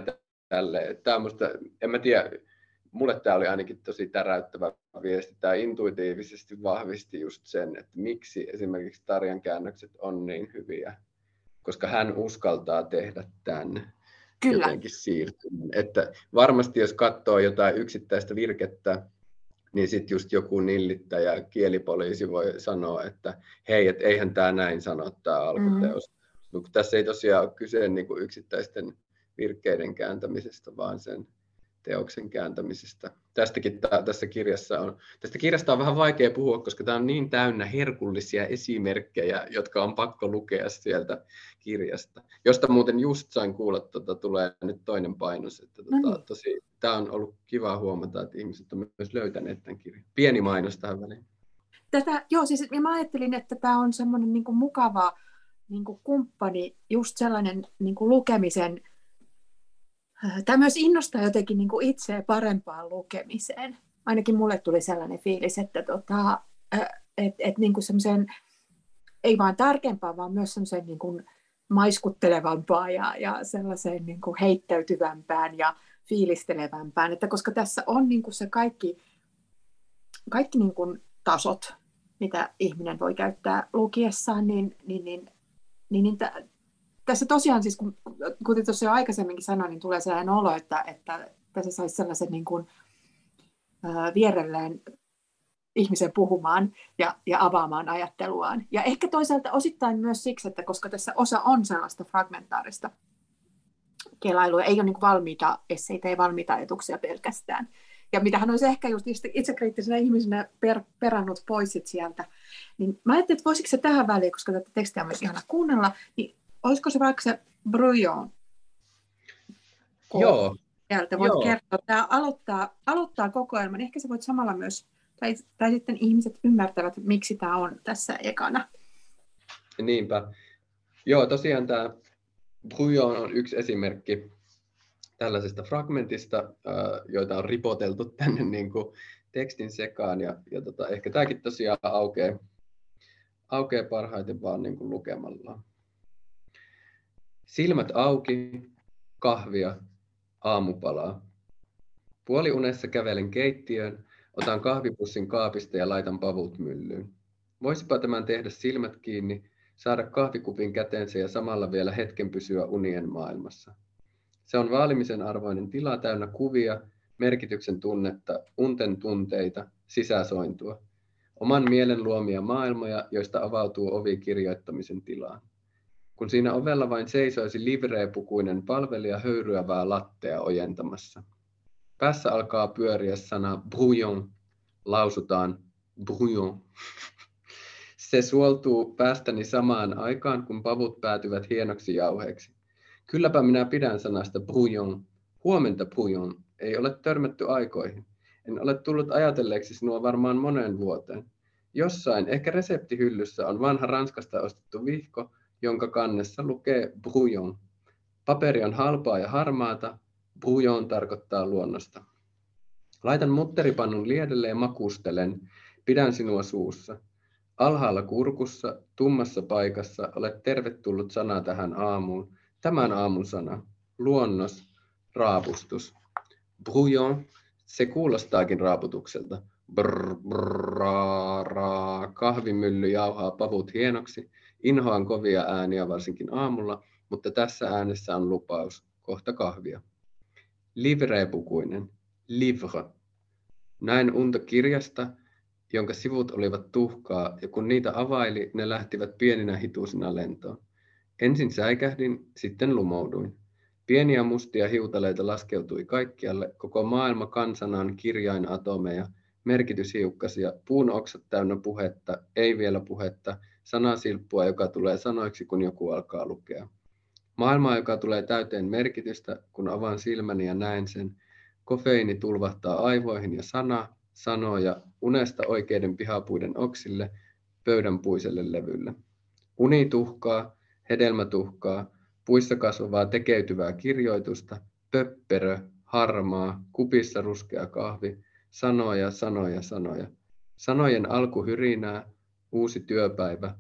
tälleen. Tämä on musta, en mä tiedä, mulle tämä oli ainakin tosi täräyttävä viesti. Tämä intuitiivisesti vahvisti just sen, että miksi esimerkiksi Tarjan käännökset on niin hyviä, koska hän uskaltaa tehdä tämän jotenkin siirtymän. Että varmasti jos katsoo jotain yksittäistä virkettä, niin sitten just joku nillittäjä, kielipoliisi voi sanoa, että hei, et eihän tämä näin sano, tämä alkuteos. Mutta tässä ei tosiaan ole kyse niinku yksittäisten virkkeiden kääntämisestä, vaan sen teoksen kääntämisestä. Tästä kirjasta on vähän vaikea puhua, koska tämä on niin täynnä herkullisia esimerkkejä, jotka on pakko lukea sieltä kirjasta. Josta muuten just sain kuulla, että tulee nyt toinen painos. Että tämä on ollut kiva huomata, että ihmiset on myös löytäneet tämän kirjan. Pieni mainos tähän väliin. Siis mä ajattelin, että tämä on semmoinen niin kuin mukava niin kuin kumppani, just sellainen niin kuin lukemisen. Tämä myös innostaa jotenkin niin kuin itseä parempaan lukemiseen. Ainakin mulle tuli sellainen fiilis, että niin kuin ei vain tarkempaa, vaan myös semmoiseen niin kuin maiskuttelevampaan ja sellaiseen niin kuin heittäytyvämpään ja fiilistelevämpään. Että koska tässä on niin kuin se kaikki niin kuin tasot, mitä ihminen voi käyttää lukiessaan, niin tässä tosiaan, siis kuten tuossa jo aikaisemminkin sanoin, niin tulee sellainen olo, että tässä saisi sellaisen niin kuin, vierelleen ihmisen puhumaan ja avaamaan ajatteluaan. Ja ehkä toisaalta osittain myös siksi, että koska tässä osa on sellaista fragmentaarista kelailua, ei ole niin kuin valmiita esseitä, ei valmiita ajatuksia pelkästään. Ja mitä hän olisi ehkä just itsekriittisenä ihmisenä perannut pois sieltä, niin mä ajattelin, että voisiko se tähän väliin, koska tätä tekstiä on myös ihana kuunnella, niin olisiko se vaikka se Brouillon? Joo. Voit kertoa. Tämä aloittaa kokoelman. Ehkä sä voit samalla myös, tai sitten ihmiset ymmärtävät, miksi tämä on tässä ekana. Niinpä. Joo, tosiaan tämä Brouillon on yksi esimerkki tällaisesta fragmentista, joita on ripoteltu tänne niin kuin tekstin sekaan. Ja ehkä tämäkin tosiaan aukeaa parhaiten vaan niin kuin lukemalla. Silmät auki, kahvia, aamupalaa. Puoliunessa kävelen keittiöön, otan kahvipussin kaapista ja laitan pavut myllyyn. Voisipa tämän tehdä silmät kiinni, saada kahvikupin käteensä ja samalla vielä hetken pysyä unien maailmassa. Se on vaalimisen arvoinen tila täynnä kuvia, merkityksen tunnetta, unten tunteita, sisäsointua. Oman mielen luomia maailmoja, joista avautuu ovi kirjoittamisen tilaan. Kun siinä ovella vain seisoisi livreepukuinen palvelija höyryävää lattea ojentamassa. Päässä alkaa pyöriä sana brouillon, lausutaan brouillon. Se suoltuu päästäni samaan aikaan, kun pavut päätyvät hienoksi jauheeksi. Kylläpä minä pidän sanasta brouillon. Huomenta brouillon. Ei ole törmätty aikoihin. En ole tullut ajatelleeksi sinua varmaan moneen vuoteen. Jossain, ehkä reseptihyllyssä, on vanha Ranskasta ostettu vihko, jonka kannessa lukee brouillon. Paperi on halpaa ja harmaata. Brouillon tarkoittaa luonnosta. Laitan mutteripannun liedelle ja makustelen. Pidän sinua suussa. Alhaalla kurkussa, tummassa paikassa, olet tervetullut sana tähän aamuun. Tämän aamun sana. Luonnos, raapustus. Brouillon, se kuulostaakin raaputukselta. Brr, brr, ra. Kahvimylly jauhaa pavut hienoksi. Inhoan kovia ääniä varsinkin aamulla, mutta tässä äänessä on lupaus. Kohta kahvia. Livreepukuinen. Livre. Näin unta kirjasta, jonka sivut olivat tuhkaa, ja kun niitä availi, ne lähtivät pieninä hituisina lentoon. Ensin säikähdin, sitten lumouduin. Pieniä mustia hiutaleita laskeutui kaikkialle, koko maailma kansanaan kirjainatomeja, merkityshiukkasia, puun oksat täynnä puhetta, ei vielä puhetta, sanasilppua, joka tulee sanoiksi, kun joku alkaa lukea. Maailma, joka tulee täyteen merkitystä, kun avaan silmäni ja näen sen. Kofeiini tulvahtaa aivoihin ja sanoja, unesta oikeiden pihapuiden oksille, pöydänpuiselle levylle. Uni tuhkaa, hedelmä tuhkaa, puissa kasvavaa tekeytyvää kirjoitusta, pöpperö, harmaa, kupissa ruskea kahvi, sanoja. Sanojen alkuhyrinää, uusi työpäivä,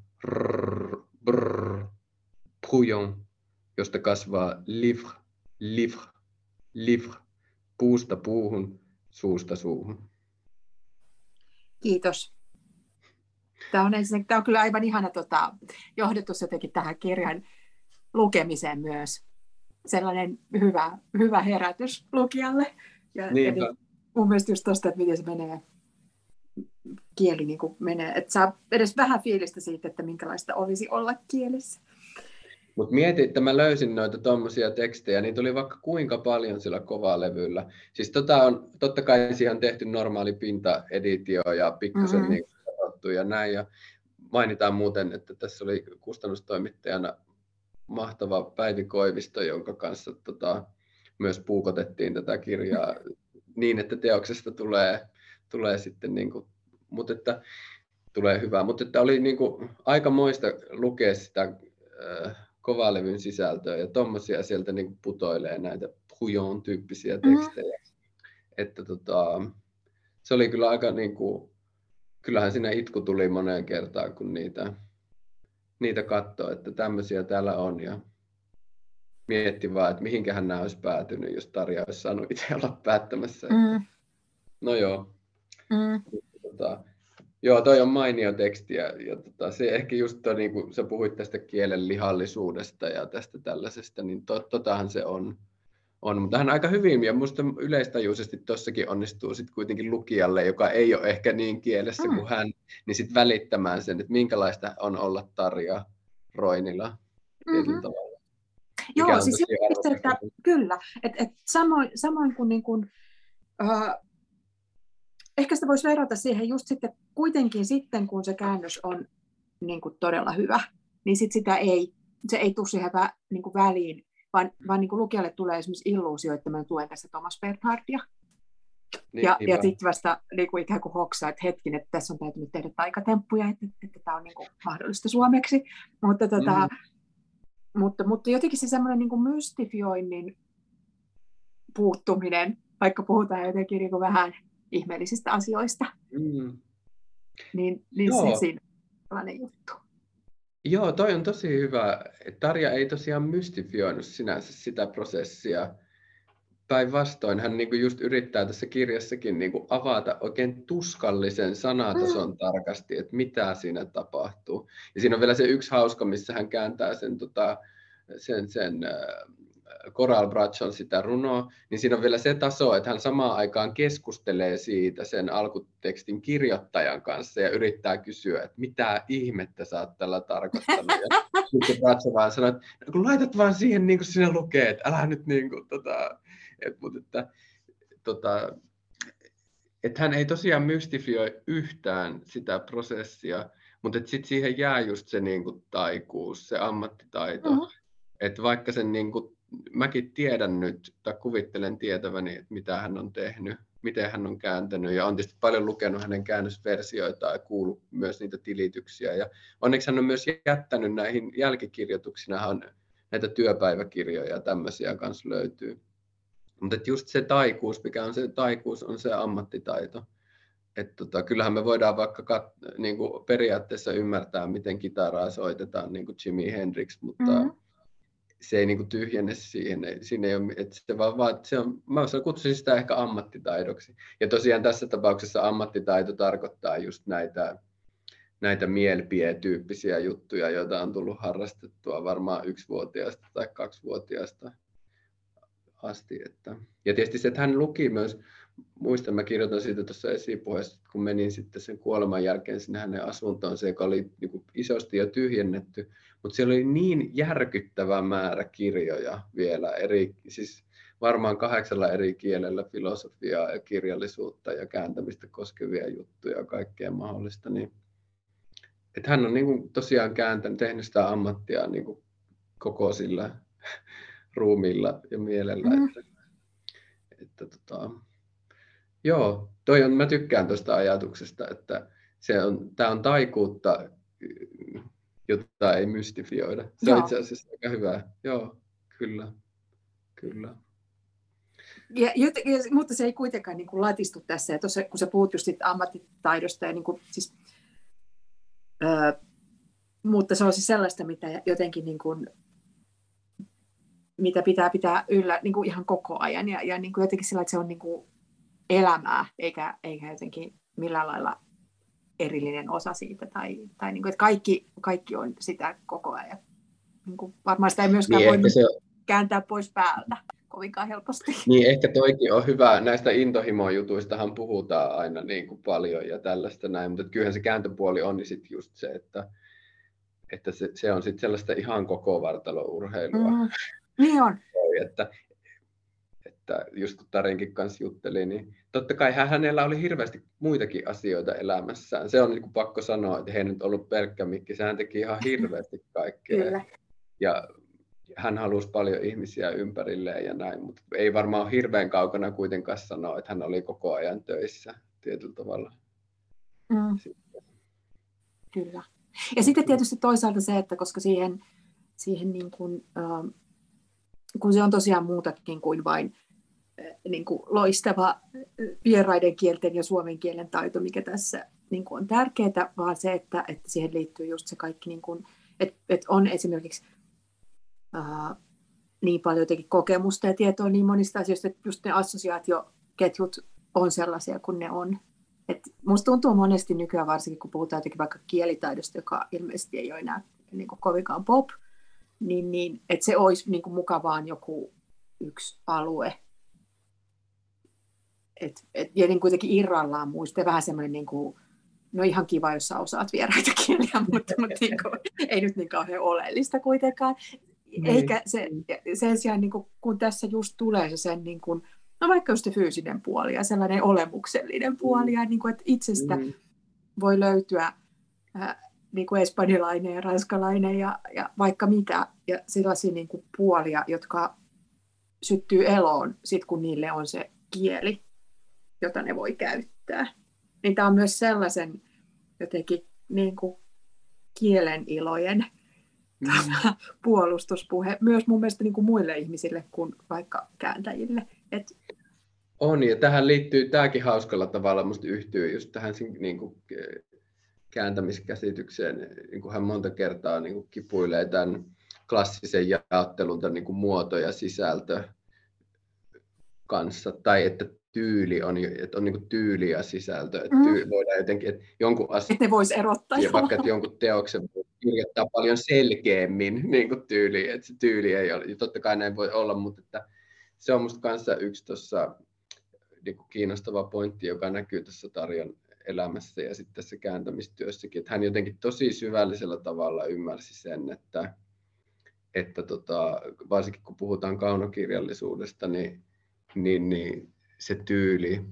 brouillon, josta kasvaa livre. livre, puusta puuhun, suusta suuhun. Kiitos. Tämä on kyllä aivan ihana johdatus jotenkin tähän kirjan lukemiseen myös. Sellainen hyvä herätys lukijalle. Eli mun mielestä just tuosta, että miten se menee, kieli niin kuin menee, että saa edes vähän fiilistä siitä, että minkälaista olisi olla kielessä. Mutta mietin, että mä löysin noita tommosia tekstejä, niitä oli vaikka kuinka paljon sillä kovalevyllä. Siis totta kai siihen on tehty normaali pintaeditio ja pikkusen niin sanottu ja näin. Ja mainitaan muuten, että tässä oli kustannustoimittajana mahtava Päivi Koivisto, jonka kanssa myös puukotettiin tätä kirjaa niin, että teoksesta tulee sitten mutta että tulee hyvää. Mutta että oli aikamoista lukea sitä kovalevyn sisältöä ja tommosia sieltä putoilee näitä Brouillon-tyyppisiä tekstejä. Että se oli kyllä aika kyllähän siinä itku tuli moneen kertaan, kun niitä katsoo, että tämmöisiä täällä on ja mietti vaan, että mihinkähän nämä olisi päätynyt, jos Tarja olisi saanut itse olla päättämässä. No joo. Joo, toi on mainio teksti ja se ehkä just niin kuin sä puhuit tästä kielen lihallisuudesta ja tästä tällaisesta, niin totahan se on. Mutta hän aika hyvin ja minusta yleistajuisesti tuossakin onnistuu sit kuitenkin lukijalle, joka ei ole ehkä niin kielessä kuin hän, niin sit välittämään sen, että minkälaista on olla Tarja Roinila tietyllä tavalla. Joo, siis että, kyllä. Samoin kuin ehkä sitä voisi verrata siihen just sitten kuitenkin sitten, kun se käännös on niin kuin todella hyvä, niin sit se ei tule siihen niin kuin väliin, vaan niin kuin lukijalle tulee esimerkiksi illuusio, että mä luen tässä Thomas Bernhardia. Ja sitten vasta niin kuin ikään kuin hoksaa, että hetkin, että tässä on täytynyt tehdä taikatemppuja, että tämä on niin kuin mahdollista suomeksi. Mutta jotenkin se semmoinen niin kuin mystifioinnin puuttuminen, vaikka puhutaan jotenkin niin kuin vähän ihmeellisistä asioista, niin se siinä on sellainen juttu. Joo, toi on tosi hyvä. Tarja ei tosiaan mystifioinut sinänsä sitä prosessia. Päinvastoin hän just yrittää tässä kirjassakin avata oikein tuskallisen sanatason tarkasti, että mitä siinä tapahtuu. Ja siinä on vielä se yksi hauska, missä hän kääntää sen Coral Bradshawn sitä runoa, niin siinä on vielä se taso, että hän samaan aikaan keskustelee siitä sen alkutekstin kirjoittajan kanssa ja yrittää kysyä, että mitä ihmettä sä oot tällä tarkoittanut. Ja sitten Bradshaw vaan sanoo, että kun laitat vaan siihen niin kuin sinä lukee, että älä nyt että hän ei tosiaan mystifioi yhtään sitä prosessia, mutta sitten siihen jää just se taikuus, se ammattitaito. Että vaikka sen mäkin tiedän nyt, tai kuvittelen tietäväni, että mitä hän on tehnyt, miten hän on kääntänyt, ja on tietysti paljon lukenut hänen käännösversioitaan ja kuullut myös niitä tilityksiä. Ja onneksi hän on myös jättänyt näihin jälkikirjoituksinahan näitä työpäiväkirjoja tämmöisiä kanssa löytyy. Mutta just se taikuus, mikä on se taikuus, on se ammattitaito. Että kyllähän me voidaan vaikka periaatteessa ymmärtää, miten kitaraa soitetaan, niin kuin Jimi Hendrix, mutta se ei tyhjene siihen. Siinä ei ole, että se vaan se on, mä kutsuisin sitä ehkä ammattitaidoksi. Ja tosiaan tässä tapauksessa ammattitaito tarkoittaa just näitä mielpie-tyyppisiä juttuja, joita on tullut harrastettua varmaan 1-vuotiaasta tai 2-vuotiaasta asti. Ja tietysti se, että hän luki myös, muistan, mä kirjoitan siitä tuossa esipuheessa, kun menin sitten sen kuoleman jälkeen sinne hänen asuntoonsa, joka oli isosti jo tyhjennetty, mutta siellä oli niin järkyttävä määrä kirjoja vielä, siis varmaan 8 eri kielellä filosofiaa ja kirjallisuutta ja kääntämistä koskevia juttuja ja kaikkea mahdollista. Niin, että hän on tosiaan tehnyt sitä ammattia koko sillä ruumiilla ja mielellä. Joo, mä tykkään tuosta ajatuksesta, että tämä on taikuutta, jota ei mystifioida. Se on itse asiassa aika hyvä. Joo, kyllä. Mutta se ei kuitenkaan latistu tässä. Ja tuossa, kun sä puhut just ammattitaidosta, ja mutta se on siis sellaista, mitä jotenkin mitä pitää yllä niin kuin ihan koko ajan ja niin kuin jotenkin sillä, että se on niin kuin elämää eikä jotenkin millään lailla erillinen osa siitä tai niin kuin, että kaikki on sitä koko ajan. Niin kuin varmaan sitä ei myöskään voi kääntää pois päältä kovinkaan helposti. Niin, ehkä toikin on hyvä. Näistä intohimo-jutuistahan puhutaan aina niin kuin paljon ja tällaista näin, mutta kyllähän se kääntöpuoli on niin sit just se, että se on sitten sellaista ihan koko vartalourheilua. Niin on. Että just kun Tarinkin kanssa jutteli, niin totta kai hänellä oli hirveästi muitakin asioita elämässään. Se on niin kuin pakko sanoa, että ei nyt ollut pelkkä mikki, sehän teki ihan hirveästi kaikkea. Kyllä. Ja hän halusi paljon ihmisiä ympärilleen ja näin, mutta ei varmaan ole hirveän kaukana kuitenkaan sanoa, että hän oli koko ajan töissä tietyllä tavalla. Kyllä. Ja sitten tietysti toisaalta se, että koska siihen niin kuin, kun se on tosiaan muutakin kuin vain niin kuin loistava vieraiden kielten ja suomen kielen taito, mikä tässä niin kuin on tärkeää, vaan se, että siihen liittyy just se kaikki, niin kuin, että on esimerkiksi niin paljon jotenkin kokemusta ja tietoa niin monista asioista, että just ne assosiaatioketjut on sellaisia kuin ne on. Et musta tuntuu monesti nykyään, varsinkin kun puhutaan jotenkin vaikka kielitaidosta, joka ilmeisesti ei ole enää niin kuin kovinkaan pop, niin että se olisi niin kuin mukavaan joku yksi alue. Ja niin kuitenkin irrallaan muista vähän semmoinen, niin kuin, no ihan kiva, jos sä osaat vieraita kieliä, mutta niin kuin, ei nyt niin kauhean oleellista kuitenkaan. Eikä sen sijaan, niin kuin, kun tässä just tulee se sen, niin kuin, no vaikka just se fyysinen puoli ja sellainen olemuksellinen puoli, ja niin kuin, että itsestä voi löytyä niin kuin espanjalainen ja ranskalainen ja vaikka mitä, ja sellaisia niin kuin puolia, jotka syttyy eloon sit kun niille on se kieli, jota ne voi käyttää. Niin tämä on myös sellaisen jotenkin niin kuin kielen ilojen puolustuspuhe, myös mun mielestä niin kuin muille ihmisille kuin vaikka kääntäjille. On, ja tähän liittyy, tämäkin hauskalla tavalla musta yhtyy just tähän niin kuin kääntämiskäsitykseen, niin kuin hän monta kertaa niin kuin kipuilee tämän klassisen jaottelun tämän niin kuin muoto ja sisältö kanssa, tai että tyyli on, että on niin kuin tyyli ja sisältö, että voidaan jotenkin, että jonkun asian, että ne vois erottaa ja vaikka että jonkun teoksen voi kirjoittaa paljon selkeämmin niin kuin tyyli, että se tyyli ei ole, ja totta kai näin voi olla, mutta että se on musta kanssa yksi tuossa niin kuin kiinnostava pointti, joka näkyy tässä Tarjan elämässä ja sitten tässä kääntämistyössäkin, että hän jotenkin tosi syvällisellä tavalla ymmärsi sen, että varsinkin kun puhutaan kaunokirjallisuudesta, niin se tyyli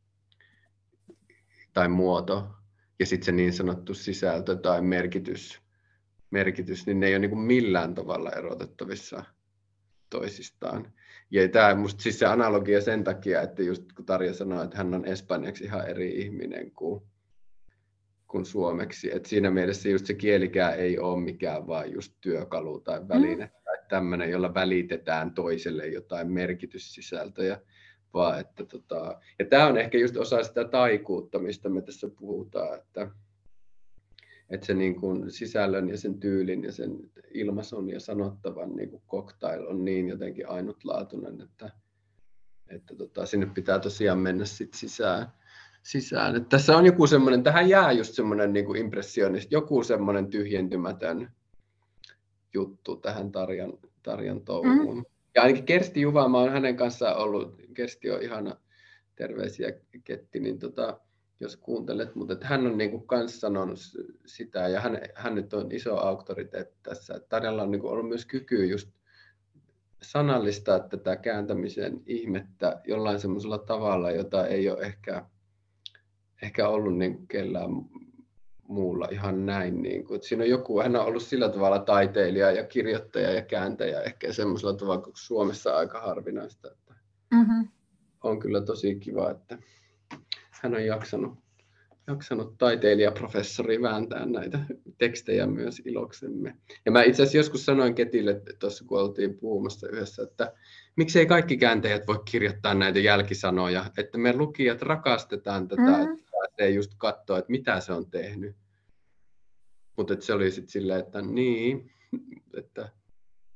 tai muoto ja sitten se niin sanottu sisältö tai merkitys, niin ne ei ole niin kuin millään tavalla erotettavissa toisistaan. Ja tämä musta siis se analogia sen takia, että just kun Tarja sanoi, että hän on espanjaksi ihan eri ihminen kuin suomeksi. Et siinä mielessä just se kielikään ei ole mikään vaan just työkalu tai väline tai tämmöinen, jolla välitetään toiselle jotain merkityssisältöjä. Vaan että ja tämä on ehkä just osa sitä taikuutta, mistä me tässä puhutaan, että se niin kuin sisällön ja sen tyylin ja sen ilmaisun ja sanottavan niin kuin cocktail on niin jotenkin ainutlaatuinen, että sinne pitää tosiaan mennä sit sisään. Että tässä on joku semmoinen, tähän jää just semmoinen niin kuin impressionista, joku semmoinen tyhjentymätön juttu tähän Tarjan touhuun. Ja ainakin Kersti Juva, mä oon hänen kanssaan ollut, Kersti on ihana, terveisiä Ketti, niin jos kuuntelet, mutta hän on niinku kans sanonut sitä, ja hän nyt on iso auktoriteetti tässä, että Tarjalla on niinku ollut myös kyky just sanallistaa tätä kääntämisen ihmettä jollain semmoisella tavalla, jota ei ole ehkä ollut niinku kellään muulla ihan näin. Niinku. Siinä on joku, hän on ollut sillä tavalla taiteilija ja kirjoittaja ja kääntäjä ehkä semmoisella tavalla, kun Suomessa aika harvinaista. Että on kyllä tosi kiva, että hän on jaksanut taiteilijaprofessori vääntää näitä tekstejä myös iloksemme. Ja mä itse asiassa joskus sanoin Ketille tuossa, kun oltiin puhumassa yhdessä, että miksei kaikki kääntäjät voi kirjoittaa näitä jälkisanoja, että me lukijat rakastetaan tätä, että pääsee just katsoa, että mitä se on tehnyt. Mutta se oli sitten silleen, että niin, että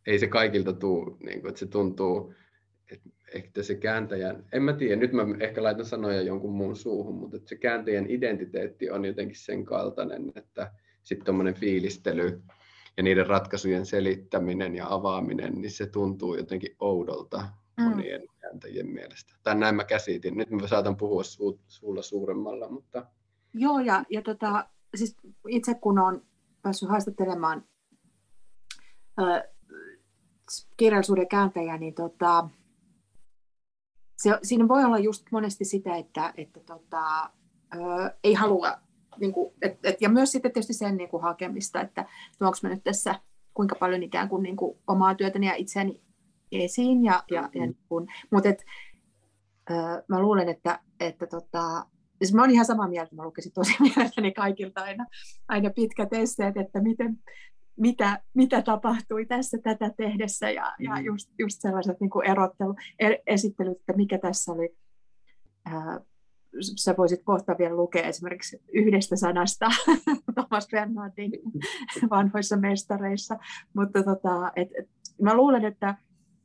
ei se kaikilta tule, niin kuin, että se tuntuu, että se kääntäjän, en mä tiedä, nyt mä ehkä laitan sanoja jonkun muun suuhun, mutta että se kääntäjän identiteetti on jotenkin sen kaltainen, että sitten tuommoinen fiilistely ja niiden ratkaisujen selittäminen ja avaaminen, niin se tuntuu jotenkin oudolta monien kääntäjien mielestä. Tai näin mä käsitin. Nyt mä saatan puhua suulla suuremmalla, mutta... Joo, ja siis itse kun olen päässyt haastattelemaan kirjallisuuden kääntäjää, niin siinä voi olla just monesti sitä, että ei halua, niin kuin, ja myös sitten tietysti sen niin kuin hakemista, että tuonko mä nyt tässä kuinka paljon ikään kuin, niin kuin omaa työtäni ja itseäni esiin. Mutta mä luulen, että siis mä olen ihan samaa mieltä, mä lukisin tosi mielelläni kaikilta aina pitkät esseet, että mitä tapahtui tässä tätä tehdessä ja just sellaiset niin kuin esittelyt, että mikä tässä oli. Sä voisit kohta vielä lukea esimerkiksi yhdestä sanasta Thomas Bernhardin vanhoissa mestareissa, mutta mä luulen, että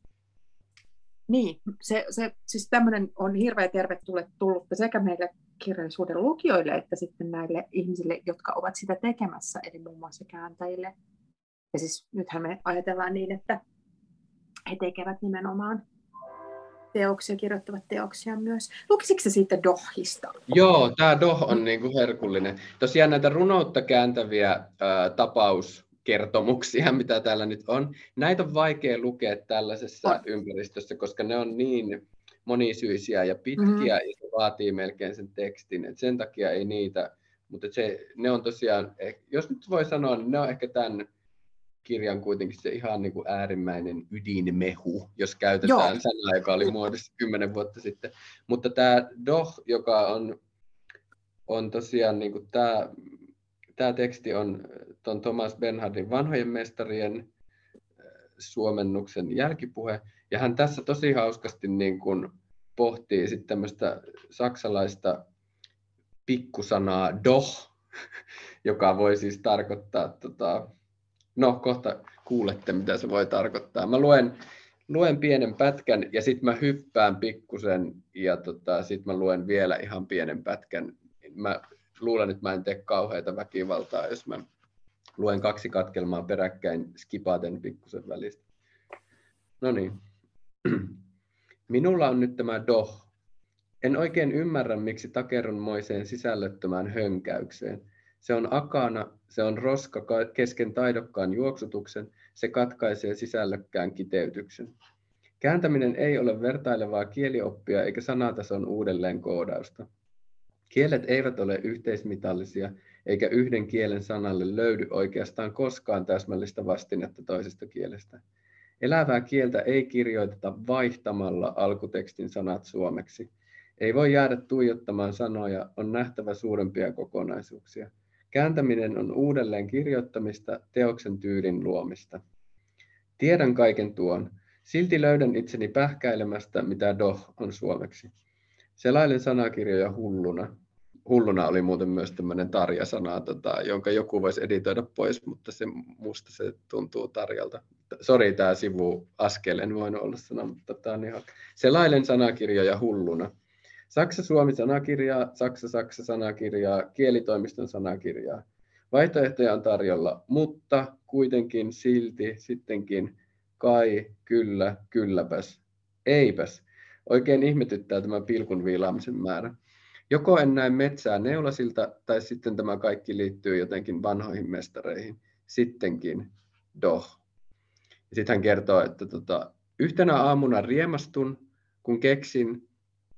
niin, siis tämmöinen on hirveän tervetullutta sekä meille kirjallisuuden lukijoille että sitten näille ihmisille, jotka ovat sitä tekemässä, eli muun muassa kääntäjille. Ja siis nythän me ajatellaan niin, että he tekevät nimenomaan teoksia, kirjoittavat teoksia myös. Lukisitko sä siitä Dohista? Joo, tämä Doh on niinku herkullinen. Tosiaan näitä runoutta kääntäviä tapauskertomuksia, mitä täällä nyt on, näitä on vaikea lukea tällaisessa ympäristössä, koska ne on niin monisyisiä ja pitkiä, ja se vaatii melkein sen tekstin. Et sen takia ei niitä, mutta ne on tosiaan, jos nyt voi sanoa, niin ne on ehkä tämän kirjan kuitenkin se ihan niin kuin äärimmäinen ydinmehu, jos käytetään sanaa, joka oli muodossa 10 vuotta sitten. Mutta tämä Doh, joka on tosiaan, niin kuin tämä teksti on tuon Thomas Bernhardin vanhojen mestarien suomennuksen jälkipuhe, ja hän tässä tosi hauskasti niin kuin pohtii sitten tämmöistä saksalaista pikkusanaa Doh, joka voi siis tarkoittaa no, kohta kuulette, mitä se voi tarkoittaa. Mä luen pienen pätkän ja sitten mä hyppään pikkusen ja sitten mä luen vielä ihan pienen pätkän. Mä luulen, että mä en tee kauheita väkivaltaa, jos mä luen 2 katkelmaa peräkkäin skipaten pikkusen välistä. No niin. Minulla on nyt tämä Doh. En oikein ymmärrä, miksi takerrun moiseen sisällöttömään hönkäykseen. Se on akana, se on roska kesken taidokkaan juoksutuksen, se katkaisee sisällökkään kiteytyksen. Kääntäminen ei ole vertailevaa kielioppia eikä sanatason uudelleenkoodausta. Kielet eivät ole yhteismitallisia, eikä yhden kielen sanalle löydy oikeastaan koskaan täsmällistä vastinetta toisesta kielestä. Elävää kieltä ei kirjoiteta vaihtamalla alkutekstin sanat suomeksi. Ei voi jäädä tuijottamaan sanoja, on nähtävä suurempia kokonaisuuksia. Kääntäminen on uudelleen kirjoittamista, teoksen tyylin luomista. Tiedän kaiken tuon. Silti löydän itseni pähkäilemästä, mitä Doh on suomeksi. Selailen sanakirjoja hulluna. Hulluna oli muuten myös tämmöinen Tarja-sana, jonka joku voisi editoida pois, mutta musta se tuntuu Tarjalta. Sori, tämä sivuaskel, en voinut olla sana, mutta tämä on ihan... Selailen sanakirjoja hulluna. Saksa-Suomi-sanakirjaa, Saksa-Saksa-sanakirjaa, kielitoimiston sanakirjaa. Vaihtoehtoja on tarjolla, mutta kuitenkin, silti, sittenkin, kai, kyllä, kylläpäs, eipäs. Oikein ihmetyttää tämä pilkun viilaamisen määrä. Joko en näe metsää neulasilta, tai sitten tämä kaikki liittyy jotenkin vanhoihin mestareihin. Sittenkin, Doh. Sitten hän kertoo, että yhtenä aamuna riemastun, kun keksin,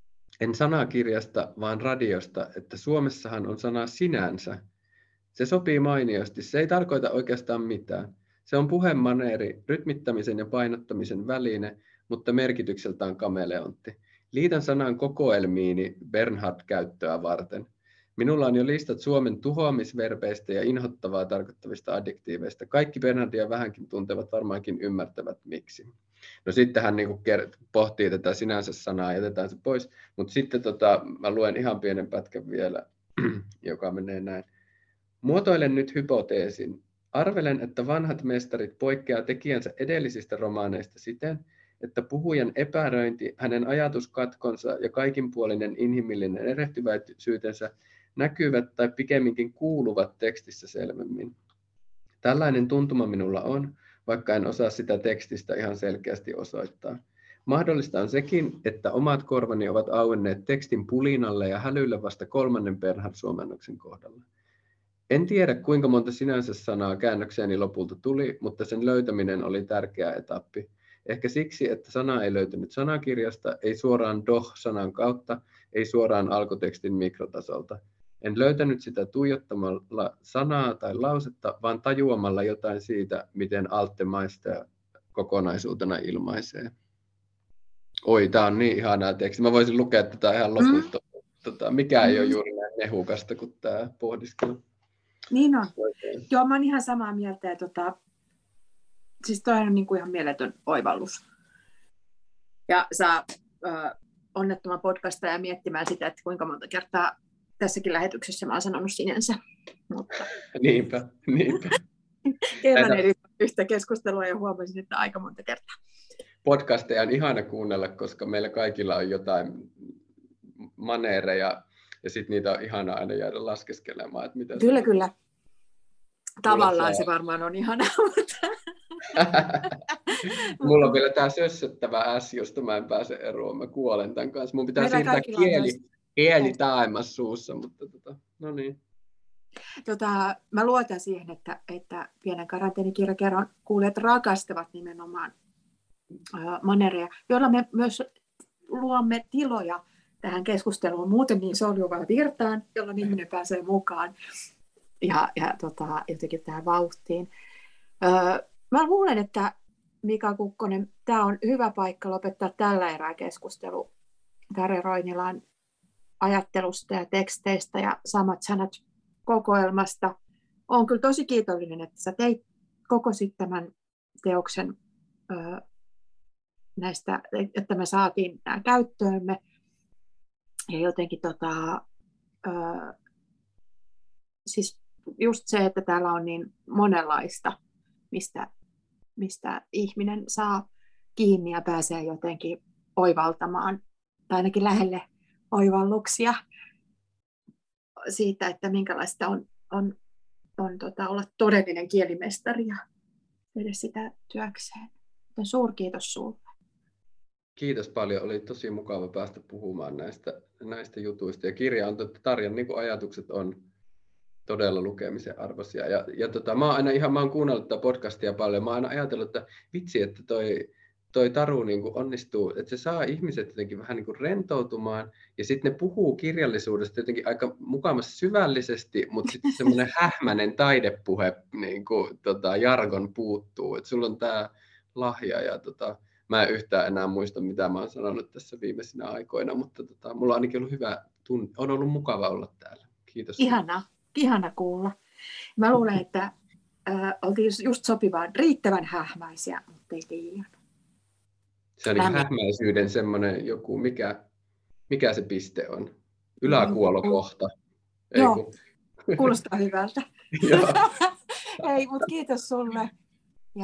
en sanakirjasta, vaan radiosta, että Suomessahan on sana sinänsä. Se sopii mainiosti, se ei tarkoita oikeastaan mitään. Se on puhemaneeri, rytmittämisen ja painottamisen väline, mutta merkitykseltään kameleontti. Liitän sanan kokoelmiini Bernhard-käyttöä varten. Minulla on jo listat Suomen tuhoamisverbeistä ja inhottavaa tarkoittavista adjektiiveista. Kaikki Bernhardia vähänkin tuntevat varmaankin ymmärtävät miksi. No sitten hän niinku pohtii tätä sinänsä sanaa, jätetään se pois. Mutta sitten mä luen ihan pienen pätkän vielä, joka menee näin. Muotoilen nyt hypoteesin. Arvelen, että vanhat mestarit poikkeaa tekijänsä edellisistä romaaneista siten, että puhujan epäröinti, hänen ajatuskatkonsa ja kaikinpuolinen inhimillinen erehtyväisyytensä näkyvät tai pikemminkin kuuluvat tekstissä selvemmin. Tällainen tuntuma minulla on, vaikka en osaa sitä tekstistä ihan selkeästi osoittaa. Mahdollista on sekin, että omat korvani ovat auenneet tekstin pulinalle ja hälylle vasta 3. Bernhard-suomennoksen kohdalla. En tiedä, kuinka monta sinänsä sanaa käännökseeni lopulta tuli, mutta sen löytäminen oli tärkeä etappi. Ehkä siksi, että sana ei löytynyt sanakirjasta, ei suoraan doh-sanan kautta, ei suoraan alkutekstin mikrotasolta. En löytänyt sitä tuijottamalla sanaa tai lausetta, vaan tajuamalla jotain siitä, miten Alte Meister kokonaisuutena ilmaisee. Oi, tämä on niin ihanaa teksti. Mä voisin lukea tätä ihan lopulta. Mikä ei ole juuri näin nehukasta kuin tämä pohdiskelu. Niin on. Joo, mä oon ihan samaa mieltä. Siis toi on niin kuin ihan mieletön oivallus. Ja saa onnettoman podcastaja miettimään sitä, että kuinka monta kertaa tässäkin lähetyksessä mä oon sanonut sinänsä. Mutta... Niinpä. Kerran yhtä keskustelua ja huomasin, että aika monta kertaa. Podcasteja on ihana kuunnella, koska meillä kaikilla on jotain maneereja ja sitten niitä on ihana aina jäädä laskeskelemaan. Että mitä kyllä. Tavallaan se varmaan on ihanaa, mutta... Mulla on vielä tämä sössöttävä S, josta mä en pääse eroon. Mä kuolen tämän kanssa. Mun pitää siirtää kieli taaemmas suussa, mutta no niin. Mä luotan siihen, että pienen karanteenikirjakerron kuulijat rakastavat nimenomaan manereja, joilla me myös luomme tiloja tähän keskusteluun muuten niin soljuvaan virtaan, jolloin ihminen pääsee mukaan ja jotenkin tähän vauhtiin. Mä luulen, että Mika Kukkonen, tämä on hyvä paikka lopettaa tällä erää keskustelu Tarja Roinilan ajattelusta ja teksteistä ja samat sanat kokoelmasta. Olen kyllä tosi kiitollinen, että sä kokosit tämän teoksen näistä, että me saatiin nämä käyttöömme. Ja jotenkin siis just se, että täällä on niin monenlaista, mistä ihminen saa kiinni ja pääsee jotenkin oivaltamaan, tai ainakin lähelle oivalluksia siitä, että minkälaista on olla todellinen kielimestari ja tehdä sitä työkseen. Joten suurkiitos sinulle. Kiitos paljon. Oli tosi mukava päästä puhumaan näistä jutuista. Ja kirja on, Tarjan niin kuin ajatukset on todella lukemisen arvoisia. Mä oon kuunnellut tätä podcastia paljon. Mä oon aina ajatellut, että vitsi, että toi Taru niin kuin onnistuu, että se saa ihmiset jotenkin vähän niin kuin rentoutumaan, ja sitten ne puhuu kirjallisuudesta jotenkin aika mukavasti syvällisesti, mutta sitten semmoinen hähmäinen taidepuhe, niin kuin, jargon puuttuu. Että sulla on tämä lahja, ja mä en yhtään enää muista, mitä mä oon sanonut tässä viimeisinä aikoina, mutta mulla on ainakin ollut hyvä tunne. On ollut mukava olla täällä. Kiitos. Ihana kuulla. Mä luulen, että oltiin just sopivaan riittävän hähmäisiä, mutta ei liian. Se on hähmäisyyden semmoinen joku, mikä se piste on? Yläkuolokohta. Joo, kuulostaa hyvältä. Ei, mutta kiitos sulle. Ja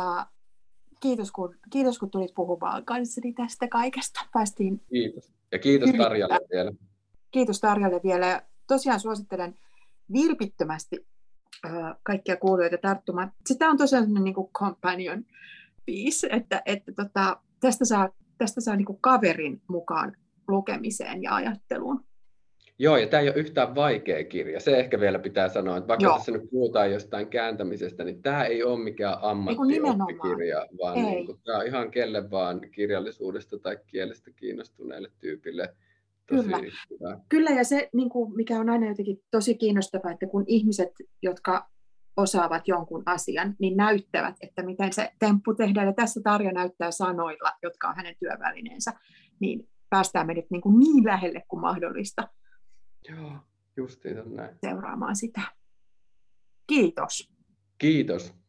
kiitos kun tulit puhumaan kanssani tästä kaikesta. Päästiin. Kiitos. Ja kiitos Tarjalle vielä. Kiitos Tarjalle vielä. Tosiaan suosittelen vilpittömästi kaikkia kuulijoita tarttumaan. Sitä on tosiaan sellainen niin kuin companion piece, että tästä saa niin kuin kaverin mukaan lukemiseen ja ajatteluun. Joo, ja tämä ei ole yhtään vaikea kirja. Se ehkä vielä pitää sanoa, että vaikka tässä nyt puhutaan jostain kääntämisestä, niin tämä ei ole mikään ammattioppikirja, vaan niin kuin, tämä on ihan kelle vaan kirjallisuudesta tai kielestä kiinnostuneelle tyypille. Kyllä, ja se, niin kuin, mikä on aina jotenkin tosi kiinnostavaa, että kun ihmiset, jotka osaavat jonkun asian, niin näyttävät, että miten se temppu tehdään. Ja tässä Tarja näyttää sanoilla, jotka on hänen työvälineensä, niin päästään me nyt niin lähelle kuin mahdollista. Joo, justiin on näin. Seuraamaan sitä. Kiitos. Kiitos.